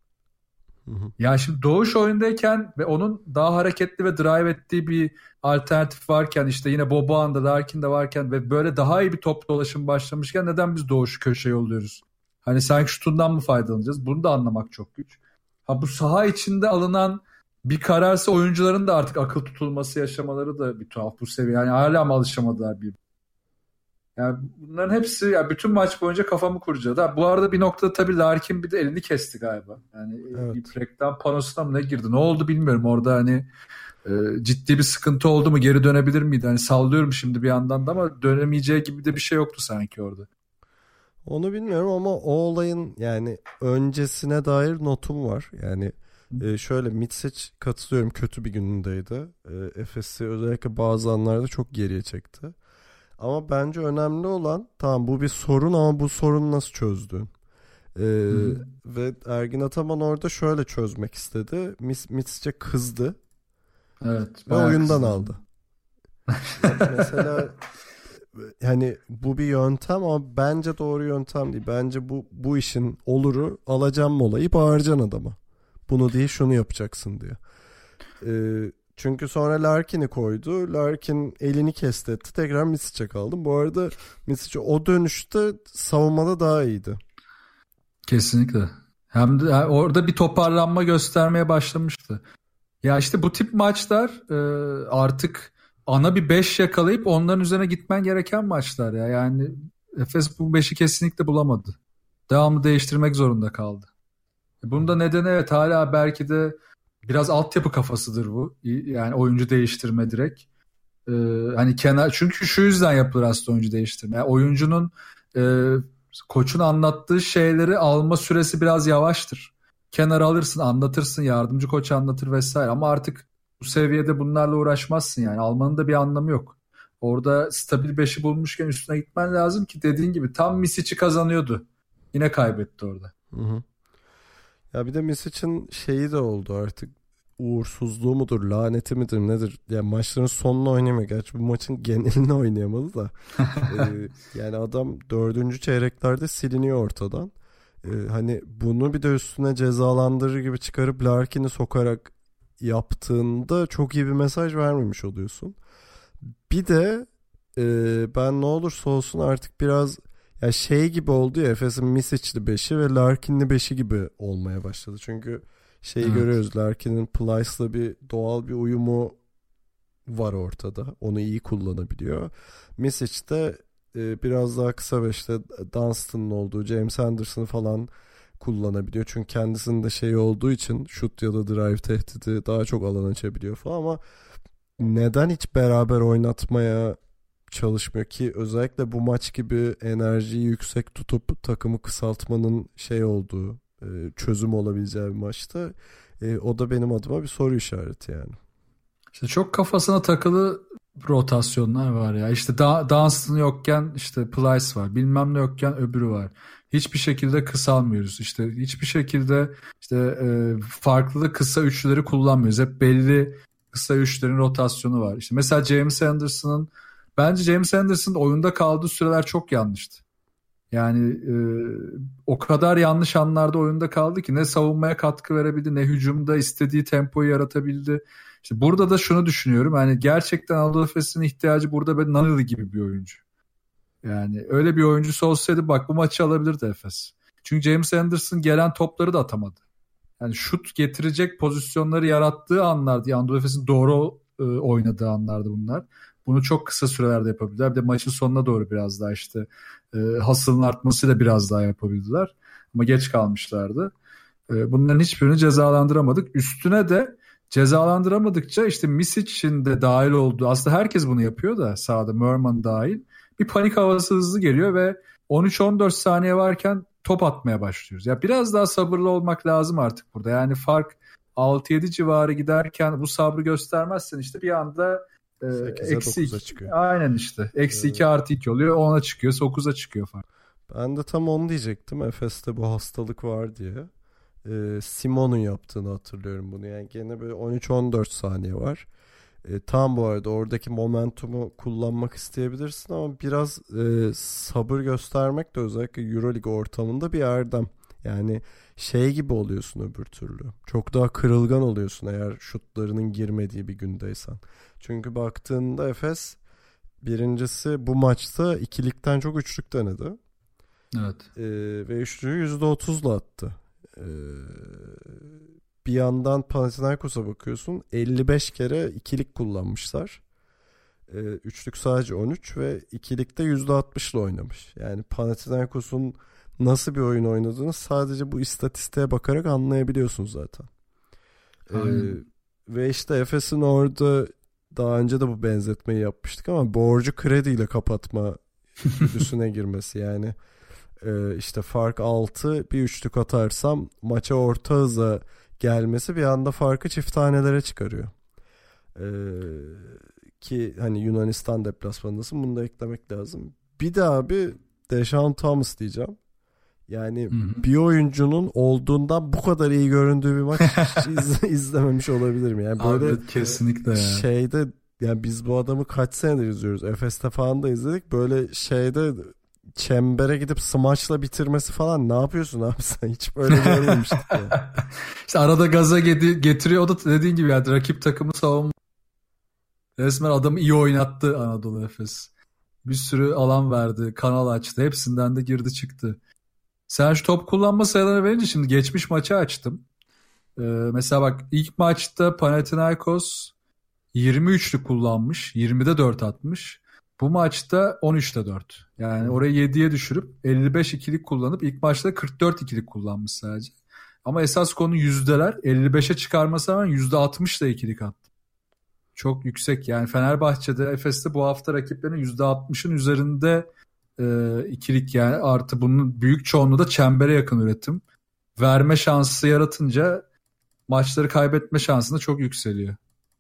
Yani şimdi Doğuş oyundayken ve onun daha hareketli ve drive ettiği bir alternatif varken işte yine Boboğan'da Larkin'de varken ve böyle daha iyi bir top dolaşım başlamışken neden biz Doğuş'u köşeye yolluyoruz? Hani sanki şutundan mı faydalanacağız? Bunu da anlamak çok güç. Bu saha içinde alınan bir kararsa oyuncuların da artık akıl tutulması yaşamaları da bir tuhaf bu seviye. Yani hala mı alışamadılar bir? Yani bunların hepsi ya bütün maç boyunca kafamı kurcaladı. Bu arada bir noktada tabii Larkin bir de elini kesti galiba. Yani Evet. bir reklam panosuna mı ne girdi? Ne oldu bilmiyorum. Orada hani ciddi bir sıkıntı oldu mu? Geri dönebilir miydi? Hani sallıyorum şimdi bir yandan da ama dönemeyeceği gibi de bir şey yoktu sanki orada. Onu bilmiyorum ama o olayın yani öncesine dair notum var. Yani şöyle Mitsic katılıyorum kötü bir günündeydi. Efes'i özellikle bazı anlarda çok geriye çekti. Ama bence önemli olan tamam bu bir sorun ama bu sorunu nasıl çözdün? Ve Ergin Ataman orada şöyle çözmek istedi. Mitsic'e kızdı. Evet. Ve oyundan aldı. Mesela hani bu bir yöntem ama bence doğru yöntem değil. Bence bu işin oluru alacağım molayı bağıracaksın adama. Bunu değil şunu yapacaksın diye. Çünkü sonra Larkin'i koydu. Larkin elini kesti etti. Tekrar Misic'e kaldım. Bu arada Misic o dönüşte savunmada daha iyiydi. Kesinlikle. Hem de orada bir toparlanma göstermeye başlamıştı. Ya işte bu tip maçlar artık ana bir 5 yakalayıp onların üzerine gitmen gereken maçlar ya. Yani Efes bu 5'i kesinlikle bulamadı. Devamlı değiştirmek zorunda kaldı. Bunda nedeni evet hala belki de biraz altyapı kafasıdır bu. Yani oyuncu değiştirme direkt. Hani çünkü şu yüzden yapılır aslında oyuncu değiştirme. Yani oyuncunun koçun anlattığı şeyleri alma süresi biraz yavaştır. Kenara alırsın, anlatırsın, yardımcı koç anlatır vesaire. Ama artık bu seviyede bunlarla uğraşmazsın yani. Almanın da bir anlamı yok. Orada stabil 5'i bulmuşken üstüne gitmen lazım ki dediğin gibi tam Misic'i kazanıyordu. Yine kaybetti orada. Hı. Ya bir de Misic'in şeyi de oldu artık. Uğursuzluğu mudur, laneti midir, nedir? Yani maçların sonunu oynayamıyor. Gerçi bu maçın genelini oynayamadı da. Yani adam 4. çeyreklerde siliniyor ortadan. Hani bunu bir de üstüne cezalandırır gibi çıkarıp Larkin'i sokarak yaptığında çok iyi bir mesaj vermemiş oluyorsun. Bir de ben ne olursa olsun artık biraz ya şey gibi oldu ya Efes'in Misic'li 5'i ve Larkin'li 5'i gibi olmaya başladı. Çünkü şeyi görüyoruz, Larkin'in Plyce'la bir doğal bir uyumu var ortada. Onu iyi kullanabiliyor. Misic de biraz daha kısa ve işte Dunstan'ın olduğu James Anderson'ı falan kullanabiliyor. Çünkü kendisinin de şey olduğu için şut ya da drive tehdidi daha çok alan açabiliyor falan ama neden hiç beraber oynatmaya çalışmıyor ki özellikle bu maç gibi enerjiyi yüksek tutup takımı kısaltmanın şey olduğu çözüm olabileceği bir maçta o da benim adıma bir soru işareti yani. İşte çok kafasına takılı rotasyonlar var ya. İşte Dunstan yokken işte Plyce var. Bilmem ne yokken öbürü var. Hiçbir şekilde kısalmıyoruz. İşte hiçbir şekilde işte farklı kısa üçlüleri kullanmıyoruz. Hep belli kısa üçlerin rotasyonu var. İşte mesela bence James Anderson'ın oyunda kaldığı süreler çok yanlıştı. Yani o kadar yanlış anlarda oyunda kaldı ki ne savunmaya katkı verebildi ne hücumda istediği tempoyu yaratabildi. İşte burada da şunu düşünüyorum. Yani gerçekten Anadolu Efes'in ihtiyacı burada böyle Naneli gibi bir oyuncu. Yani öyle bir oyuncusu olsaydı bak bu maçı alabilirdi Efes. Çünkü James Anderson gelen topları da atamadı. Yani şut getirecek pozisyonları yarattığı anlardı. Anadolu Efes'in doğru oynadığı anlardı bunlar. Bunu çok kısa sürelerde yapabildiler. Bir de maçın sonuna doğru biraz daha işte hasılın artmasıyla biraz daha yapabildiler. Ama geç kalmışlardı. Bunların hiçbirini cezalandıramadık. Üstüne de cezalandıramadıkça işte Misic'in de dahil olduğu aslında herkes bunu yapıyor da sahada Merman dahil bir panik havası hızlı geliyor ve 13-14 saniye varken top atmaya başlıyoruz. Ya biraz daha sabırlı olmak lazım artık burada. Yani fark 6-7 civarı giderken bu sabrı göstermezsen işte bir anda eksi 2 çıkıyor. Aynen işte. Eksi 2 artı 2 oluyor. 10'a çıkıyor. 9'a çıkıyor fark. Ben de tam onu diyecektim. Efes'te bu hastalık var diye. Simon'un yaptığını hatırlıyorum bunu. Yani gene böyle 13-14 saniye var. Tam bu arada oradaki momentumu kullanmak isteyebilirsin ama biraz sabır göstermek de özellikle EuroLeague ortamında bir erdem. Yani şey gibi oluyorsun öbür türlü. Çok daha kırılgan oluyorsun eğer şutlarının girmediği bir gündeysen. Çünkü baktığında Efes birincisi bu maçta ikilikten çok üçlük denedi. Evet. Ve üçlüğü %30'la attı. Bir yandan Panathinaikos'a bakıyorsun 55 kere ikilik kullanmışlar. Üçlük sadece 13 ve ikilikte %60'la oynamış. Yani Panathinaikos'un nasıl bir oyun oynadığını sadece bu istatistiğe bakarak anlayabiliyorsun zaten. Ve işte Efes'in orada daha önce de bu benzetmeyi yapmıştık ama borcu krediyle kapatma üstüne girmesi. Yani işte fark 6, bir üçlük atarsam maça orta hıza gelmesi bir anda farkı çift tanelere çıkarıyor. Ki hani Yunanistan deplasmanındasın, bunu da eklemek lazım. Bir de abi Deshaun Thomas diyeceğim. Yani bir oyuncunun olduğundan bu kadar iyi göründüğü bir maç hiç izlememiş olabilirim. Yani böyle abi, kesinlikle ya. Şeyde yani biz bu adamı kaç senedir izliyoruz. Efes'te falan da izledik. Böyle şeyde çembere gidip smaçla bitirmesi falan, ne yapıyorsun abi sen? Hiç böyle görmemiştik yani. İşte arada gaza getiriyor. O da dediğin gibi yani rakip takımı savunma. Resmen adamı iyi oynattı Anadolu Efes. Bir sürü alan verdi. Kanal açtı. Hepsinden de girdi çıktı. Sen şu top kullanma sayılarını verince şimdi geçmiş maçı açtım. Mesela bak, ilk maçta Panathinaikos 23'lü kullanmış. 20'de 4 atmış. Bu maçta 13'te 4. Yani orayı 7'ye düşürüp 55 ikilik kullanıp ilk maçta 44 ikilik kullanmış sadece. Ama esas konu yüzdeler. 55'e çıkarması hemen %60'da ikilik attı. Çok yüksek. Yani Fenerbahçe'de, Efes'te bu hafta rakiplerinin %60'ın üzerinde ikilik, yani artı bunun büyük çoğunluğu da çembere yakın üretim. Verme şansı yaratınca maçları kaybetme şansı da çok yükseliyor.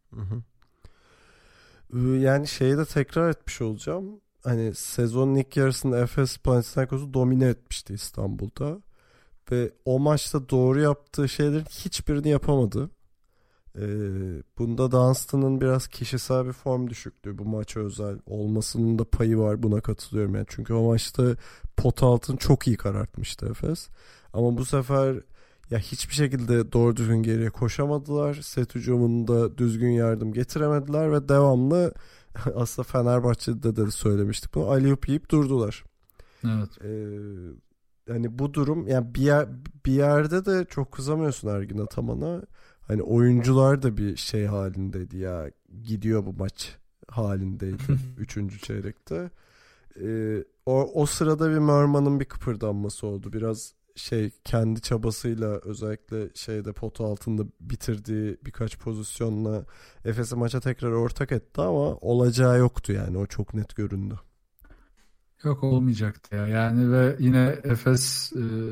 Yani şeyi de tekrar etmiş olacağım. Hani sezonun ilk yarısında Efes Panathinaikos'u domine etmişti İstanbul'da. Ve o maçta doğru yaptığı şeylerin hiçbirini yapamadı. Bunda Dunstan'ın biraz kişisel bir form düşüklüğü, bu maça özel olmasının da payı var, buna katılıyorum yani. Çünkü o maçta pot altını çok iyi karartmıştı Efes. Ama bu sefer ya hiçbir şekilde doğru düzgün geriye koşamadılar. Set hücumunda düzgün yardım getiremediler ve devamlı aslında Fenerbahçe'de de söylemiştik bunu, alley-oop yiyip durdular. Evet. Yani bu durum, yani bir yerde de çok kızamıyorsun Ergin Ataman'a. Hani oyuncular da bir şey halindeydi ya, gidiyor bu maç halindeydi 3. çeyrekte. O sırada bir Merman'ın bir kıpırdanması oldu. Biraz kendi çabasıyla, özellikle şeyde pot altında bitirdiği birkaç pozisyonla Efes'i maça tekrar ortak etti ama olacağı yoktu yani, o çok net göründü. Yok, olmayacaktı ya. Yani ve yine Efes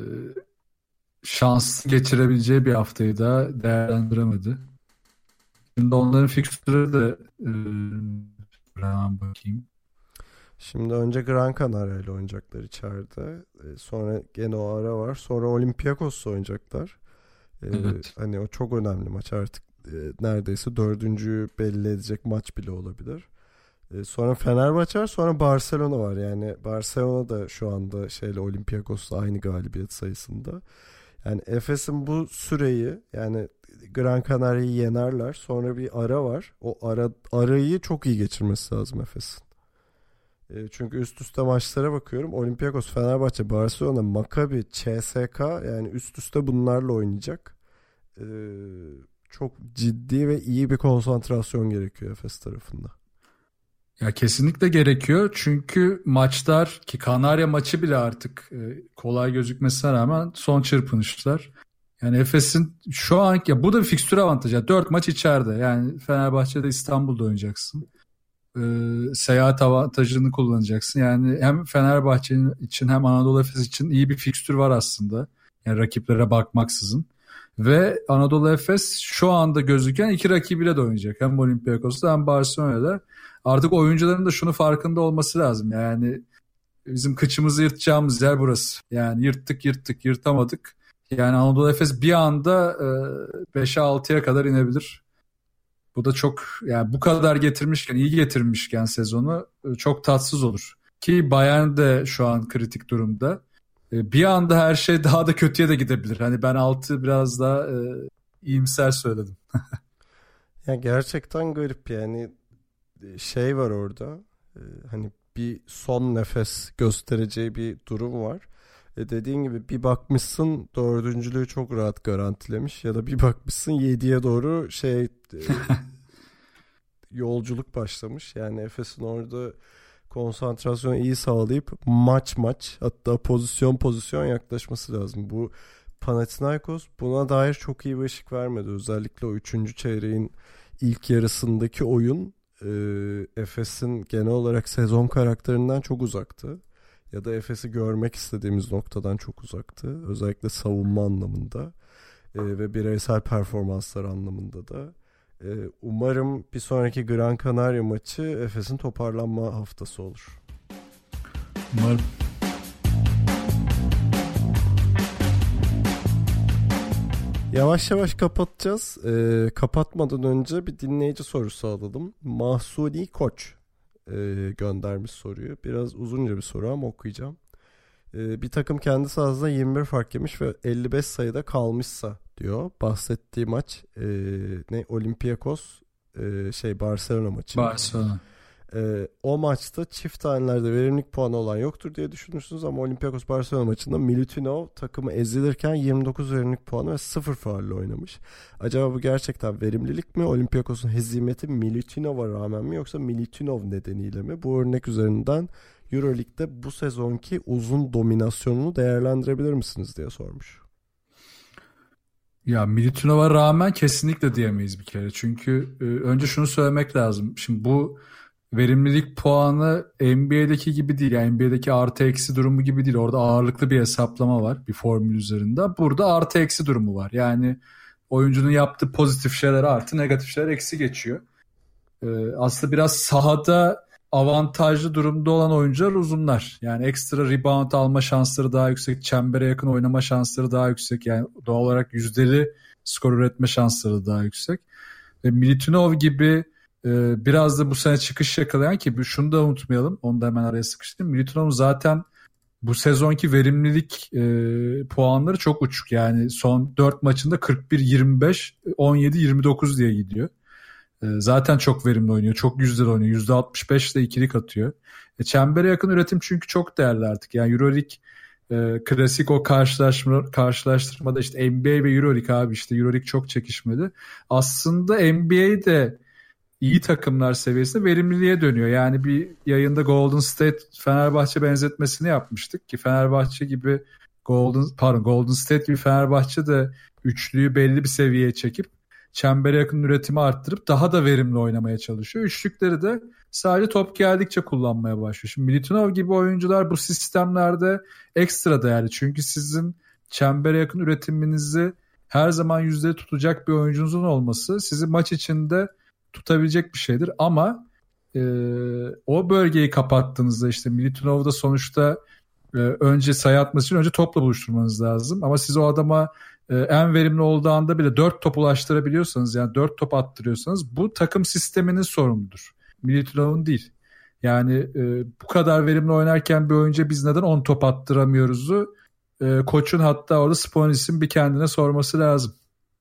şans geçirebileceği bir haftayı da değerlendiremedi. Şimdi onların fikstürü de hemen bakayım. Şimdi önce Gran Canaria ile oynayacaklar içeride. Sonra gene o ara var. Sonra Olympiakos'la oynayacaklar. Evet. Hani o çok önemli maç artık. Neredeyse 4. belli edecek maç bile olabilir. Sonra Fenerbahçe var. Sonra Barcelona var. Yani Barcelona da şu anda Olympiakos'la aynı galibiyet sayısında. Yani Efes'in bu süreyi, yani Gran Canaria'yı yenerler. Sonra bir ara var. O arayı çok iyi geçirmesi lazım Efes'in. Çünkü üst üste maçlara bakıyorum. Olympiakos, Fenerbahçe, Barcelona, Maccabi, CSK, yani üst üste bunlarla oynayacak. Çok ciddi ve iyi bir konsantrasyon gerekiyor Efes tarafında. Ya kesinlikle gerekiyor. Çünkü maçlar, ki Kanarya maçı bile artık kolay gözükmesine rağmen son çırpınışlar. Yani Efes'in şu anki, ya bu da bir fikstür avantajı. 4 maç içeride. Yani Fenerbahçe'de, İstanbul'da oynayacaksın. Seyahat avantajını kullanacaksın. Yani hem Fenerbahçe için hem Anadolu Efes için iyi bir fikstür var aslında. Yani rakiplere bakmaksızın. Ve Anadolu Efes şu anda gözüken 2 rakibiyle de oynayacak. Hem Olympiakos'ta hem Barcelona'da. Artık oyuncuların da şunu farkında olması lazım. Yani bizim kıçımızı yırtacağımız yer burası. Yani yırttık yırtamadık. Yani Anadolu Efes bir anda 5'e 6'ya kadar inebilir. Bu da çok, yani bu kadar getirmişken, iyi getirmişken sezonu çok tatsız olur. Ki Bayern de şu an kritik durumda. Bir anda her şey daha da kötüye de gidebilir. Hani ben 6 biraz daha iyimser söyledim. Ya gerçekten garip yani, var orada. Hani bir son nefes göstereceği bir durum var. Dediğin gibi bir bakmışsın 4.'lüğü çok rahat garantilemiş, ya da bir bakmışsın 7'ye doğru yolculuk başlamış. Yani Efes'in orada konsantrasyonu iyi sağlayıp maç hatta pozisyon yaklaşması lazım. Bu Panathinaikos buna dair çok iyi bir ışık vermedi. Özellikle o 3. çeyreğin ilk yarısındaki oyun Efes'in genel olarak sezon karakterinden çok uzaktı. Ya da Efes'i görmek istediğimiz noktadan çok uzaktı. Özellikle savunma anlamında ve bireysel performanslar anlamında da. Umarım bir sonraki Gran Canaria maçı Efes'in toparlanma haftası olur. Umarım. Yavaş yavaş kapatacağız. Kapatmadan önce bir dinleyici sorusu alalım. Mahsuni Koç göndermiş soruyu. Biraz uzunca bir soru ama okuyacağım. Bir takım kendi sahasında 21 fark yemiş ve 55 sayıda kalmışsa diyor. Bahsettiği maç Olympiakos Barcelona maçı. Barcelona. O maçta çift hanelerde verimlilik puanı olan yoktur diye düşünürsünüz ama Olympiakos Barcelona maçında Milutinov takımı ezilirken 29 verimlilik puanı ve 0 faulle oynamış. Acaba bu gerçekten verimlilik mi? Olympiakos'un hezimeti Milutinov'a rağmen mi yoksa Milutinov nedeniyle mi? Bu örnek üzerinden Euroleague'de bu sezonki uzun dominasyonunu değerlendirebilir misiniz diye sormuş. Ya Milutinov'a rağmen kesinlikle diyemeyiz bir kere. Çünkü önce şunu söylemek lazım. Şimdi bu verimlilik puanı NBA'deki gibi değil. Yani NBA'deki artı eksi durumu gibi değil. Orada ağırlıklı bir hesaplama var bir formül üzerinde. Burada artı eksi durumu var. Yani oyuncunun yaptığı pozitif şeyler artı, negatif şeyler eksi geçiyor. Aslında biraz sahada avantajlı durumda olan oyuncular uzunlar. Yani ekstra rebound alma şansları daha yüksek, çembere yakın oynama şansları daha yüksek. Yani doğal olarak yüzdeli skor üretme şansları daha yüksek. Ve Milutinov gibi biraz da bu sene çıkış yakalayan, ki şunu da unutmayalım, onu da hemen araya sıkıştırayım. Milutinov'un zaten bu sezonki verimlilik puanları çok uçuk. Yani son 4 maçında 41-25, 17-29 diye gidiyor. Zaten çok verimli oynuyor. Çok yüzdeli oynuyor. %65 ile ikilik atıyor. Çembere yakın üretim çünkü çok değerli artık. Yani Euroleague klasik o karşılaştırmada işte NBA ve Euroleague abi, işte Euroleague çok çekişmeli. Aslında NBA'de iyi takımlar seviyesinde verimliliğe dönüyor. Yani bir yayında Golden State Fenerbahçe benzetmesini yapmıştık ki Fenerbahçe gibi Golden State gibi Fenerbahçe de üçlüyü belli bir seviyeye çekip çembere yakın üretimi arttırıp daha da verimli oynamaya çalışıyor. Üçlükleri de sadece top geldikçe kullanmaya başlıyor. Şimdi Milutinov gibi oyuncular bu sistemlerde ekstra değerli. Çünkü sizin çembere yakın üretiminizi her zaman yüzde tutacak bir oyuncunuzun olması sizi maç içinde tutabilecek bir şeydir. Ama o bölgeyi kapattığınızda işte Milutinov'da sonuçta önce sayı atması için önce topla buluşturmanız lazım. Ama siz o adama en verimli olduğu anda bile 4 top ulaştırabiliyorsanız, yani 4 top attırıyorsanız bu takım sisteminin sorunudur. Milutinov'un değil. Yani bu kadar verimli oynarken bir oyuncuya biz neden 10 top attıramıyoruz'u koçun, hatta orada Sponis'in bir kendine sorması lazım.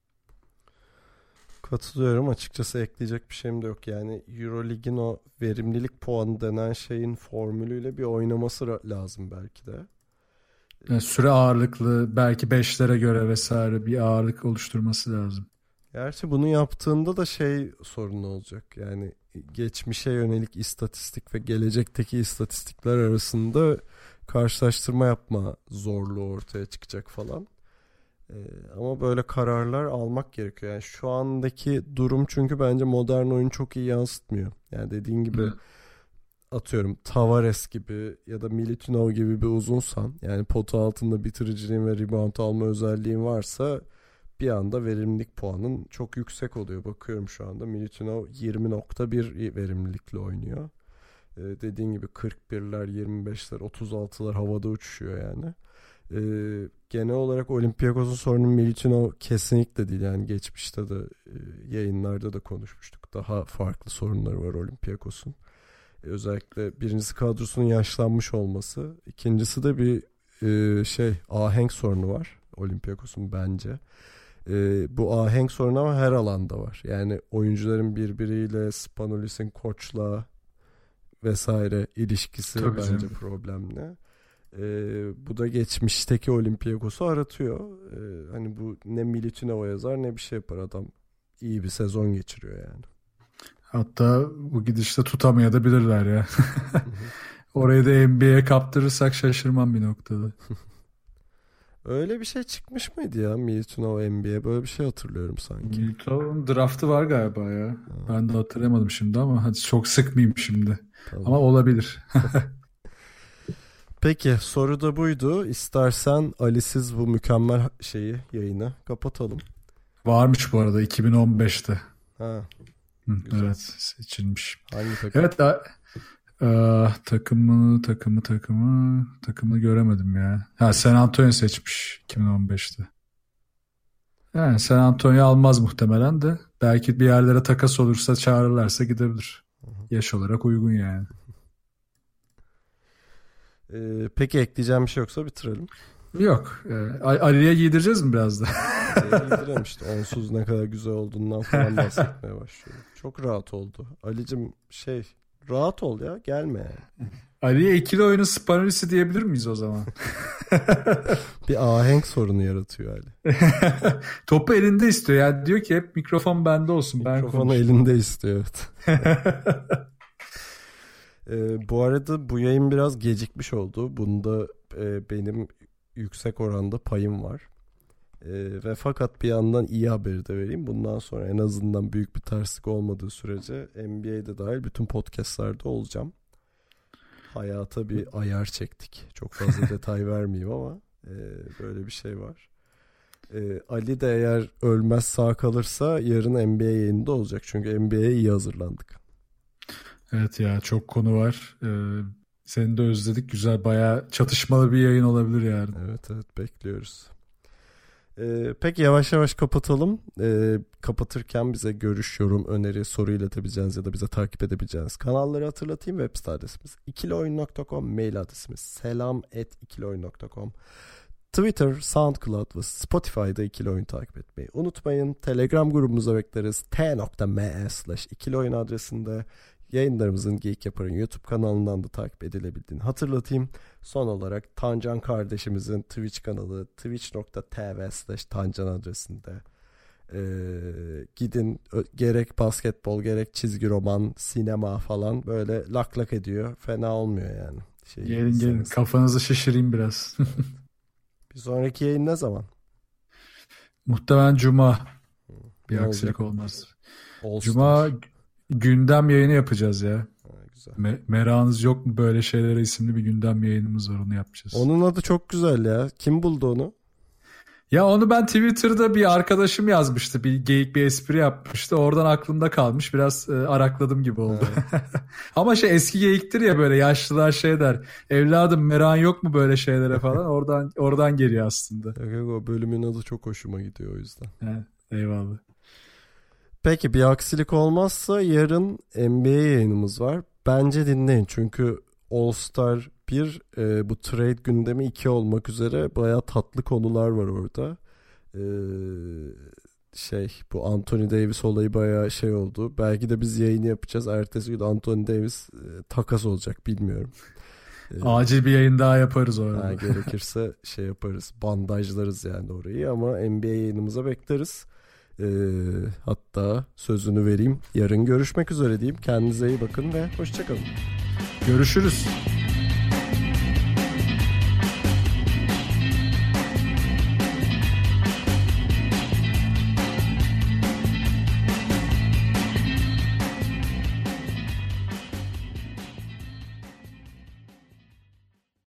Katılıyorum. Açıkçası ekleyecek bir şeyim de yok. Yani Euroleague'in o verimlilik puanı denen şeyin formülüyle bir oynaması lazım belki de. Yani süre ağırlıklı, belki 5'lere göre vesaire bir ağırlık oluşturması lazım. Gerçi bunu yaptığında da sorun olacak. Yani geçmişe yönelik istatistik ve gelecekteki istatistikler arasında karşılaştırma yapma zorluğu ortaya çıkacak falan. Ama böyle kararlar almak gerekiyor. Yani şu andaki durum çünkü bence modern oyun çok iyi yansıtmıyor. Yani dediğin gibi atıyorum Tavares gibi ya da Milutinov gibi bir uzunsan, yani pota altında bitiriciliğin ve rebound alma özelliğin varsa bir anda verimlilik puanın çok yüksek oluyor. Bakıyorum şu anda Milutinov 20.1 verimlilikle oynuyor. Dediğin gibi 41'ler, 25'ler, 36'lar havada uçuşuyor yani. Genel olarak Olympiakos'un sorunu Milutinov kesinlikle değil. Yani geçmişte de yayınlarda da konuşmuştuk. Daha farklı sorunları var Olympiakos'un. Özellikle birincisi kadrosunun yaşlanmış olması. İkincisi de bir ahenk sorunu var Olympiakos'un bence. Bu ahenk sorunu ama her alanda var. Yani oyuncuların birbiriyle, Spanulis'in koçla vesaire ilişkisi tabii bence canım problemli. Bu da geçmişteki Olympiakos'u aratıyor. Hani bu ne Milutinov'a yazar ne bir şey yapar, adam iyi bir sezon geçiriyor yani. Hatta bu gidişte tutamayabilirler ya. Orayı da NBA'ye kaptırırsak şaşırmam bir noktada. Öyle bir şey çıkmış mıydı ya Miltonov NBA? Böyle bir şey hatırlıyorum sanki. Miltonov'un draftı var galiba ya. Ben de hatırlamadım şimdi ama hadi çok sıkmayayım şimdi. Tamam. Ama olabilir. Peki soru da buydu. İstersen Ali'siz bu mükemmel yayını kapatalım. Varmış bu arada 2015'te. Ha. Evet, seçilmiş. Hangi takım? Evet, takımı göremedim ya. Ha, San Antonio seçmiş 2015'te. Yani San Antonio almaz muhtemelen de. Belki bir yerlere takas olursa çağırırlarsa gidebilir. Yaş olarak uygun yani. Peki ekleyeceğim bir şey yoksa bitirelim. Yok. Ali'ye giydireceğiz mi biraz da? Giydirelim işte. Onsuz ne kadar güzel olduğundan falan bahsetmeye başlıyorum. Çok rahat oldu. Ali'cim rahat ol ya, gelme yani. Ali'ye ikili oyunun Spanolisi diyebilir miyiz o zaman? Bir ahenk sorunu yaratıyor Ali. Topu elinde istiyor. Yani diyor ki hep mikrofon bende olsun. Mikrofonu elinde istiyor, evet. Bu arada bu yayın biraz gecikmiş oldu. Bunda benim yüksek oranda payım var. Ve fakat bir yandan iyi haberi de vereyim. Bundan sonra en azından büyük bir terslik olmadığı sürece NBA'de dahil bütün podcastlerde olacağım. Hayata bir ayar çektik. Çok fazla detay vermeyeyim ama böyle bir şey var. Ali de eğer ölmez sağ kalırsa yarın NBA yayında olacak. Çünkü NBA'ye iyi hazırlandık. Evet ya, çok konu var. Seni de özledik. Güzel, bayağı çatışmalı bir yayın olabilir yarın. Evet bekliyoruz. Peki yavaş yavaş kapatalım. Kapatırken bize görüş, yorum, öneri, soru iletebileceğiniz ya da bize takip edebileceğiniz kanalları hatırlatayım. Web site adresimiz ikilioyun.com, mail adresimiz selam@ikilioyun.com, Twitter, SoundCloud ve Spotify'da İkili Oyun takip etmeyi unutmayın. Telegram grubumuza bekleriz. t.me/ikilioyun adresinde. Yayınlarımızın Geek Yapar'ın YouTube kanalından da takip edilebildiğini hatırlatayım. Son olarak Tancan kardeşimizin Twitch kanalı twitch.tv/Tancan adresinde. Gidin, gerek basketbol gerek çizgi roman, sinema falan böyle lak lak ediyor. Fena olmuyor yani. Gelin kafanızı şişireyim biraz. Bir sonraki yayın ne zaman? Muhtemelen Cuma. Bir aksilik olmaz. Cuma gündem yayını yapacağız ya. Güzel. Merakınız yok mu böyle şeylere isimli bir gündem yayınımız var, onu yapacağız. Onun adı çok güzel ya. Kim buldu onu? Ya onu ben Twitter'da bir arkadaşım yazmıştı. Bir geyik bir espri yapmıştı. Oradan aklımda kalmış. Biraz arakladım gibi oldu. Ama eski geyiktir ya, böyle yaşlılar der. Evladım merakın yok mu böyle şeylere falan. Oradan geliyor aslında. Yok, o bölümün adı çok hoşuma gidiyor o yüzden. Eyvallah. Peki bir aksilik olmazsa yarın NBA yayınımız var. Bence dinleyin çünkü All Star 1 bu trade gündemi 2 olmak üzere bayağı tatlı konular var orada. Bu Anthony Davis olayı bayağı oldu. Belki de biz yayını yapacağız. Ertesi gün Anthony Davis takas olacak, bilmiyorum. Acil bir yayın daha yaparız orada. Gerekirse yaparız. Bandajlarız yani orayı ama NBA yayınımıza bekleriz. Hatta sözünü vereyim. Yarın görüşmek üzere diyeyim. Kendinize iyi bakın ve hoşça kalın. Görüşürüz.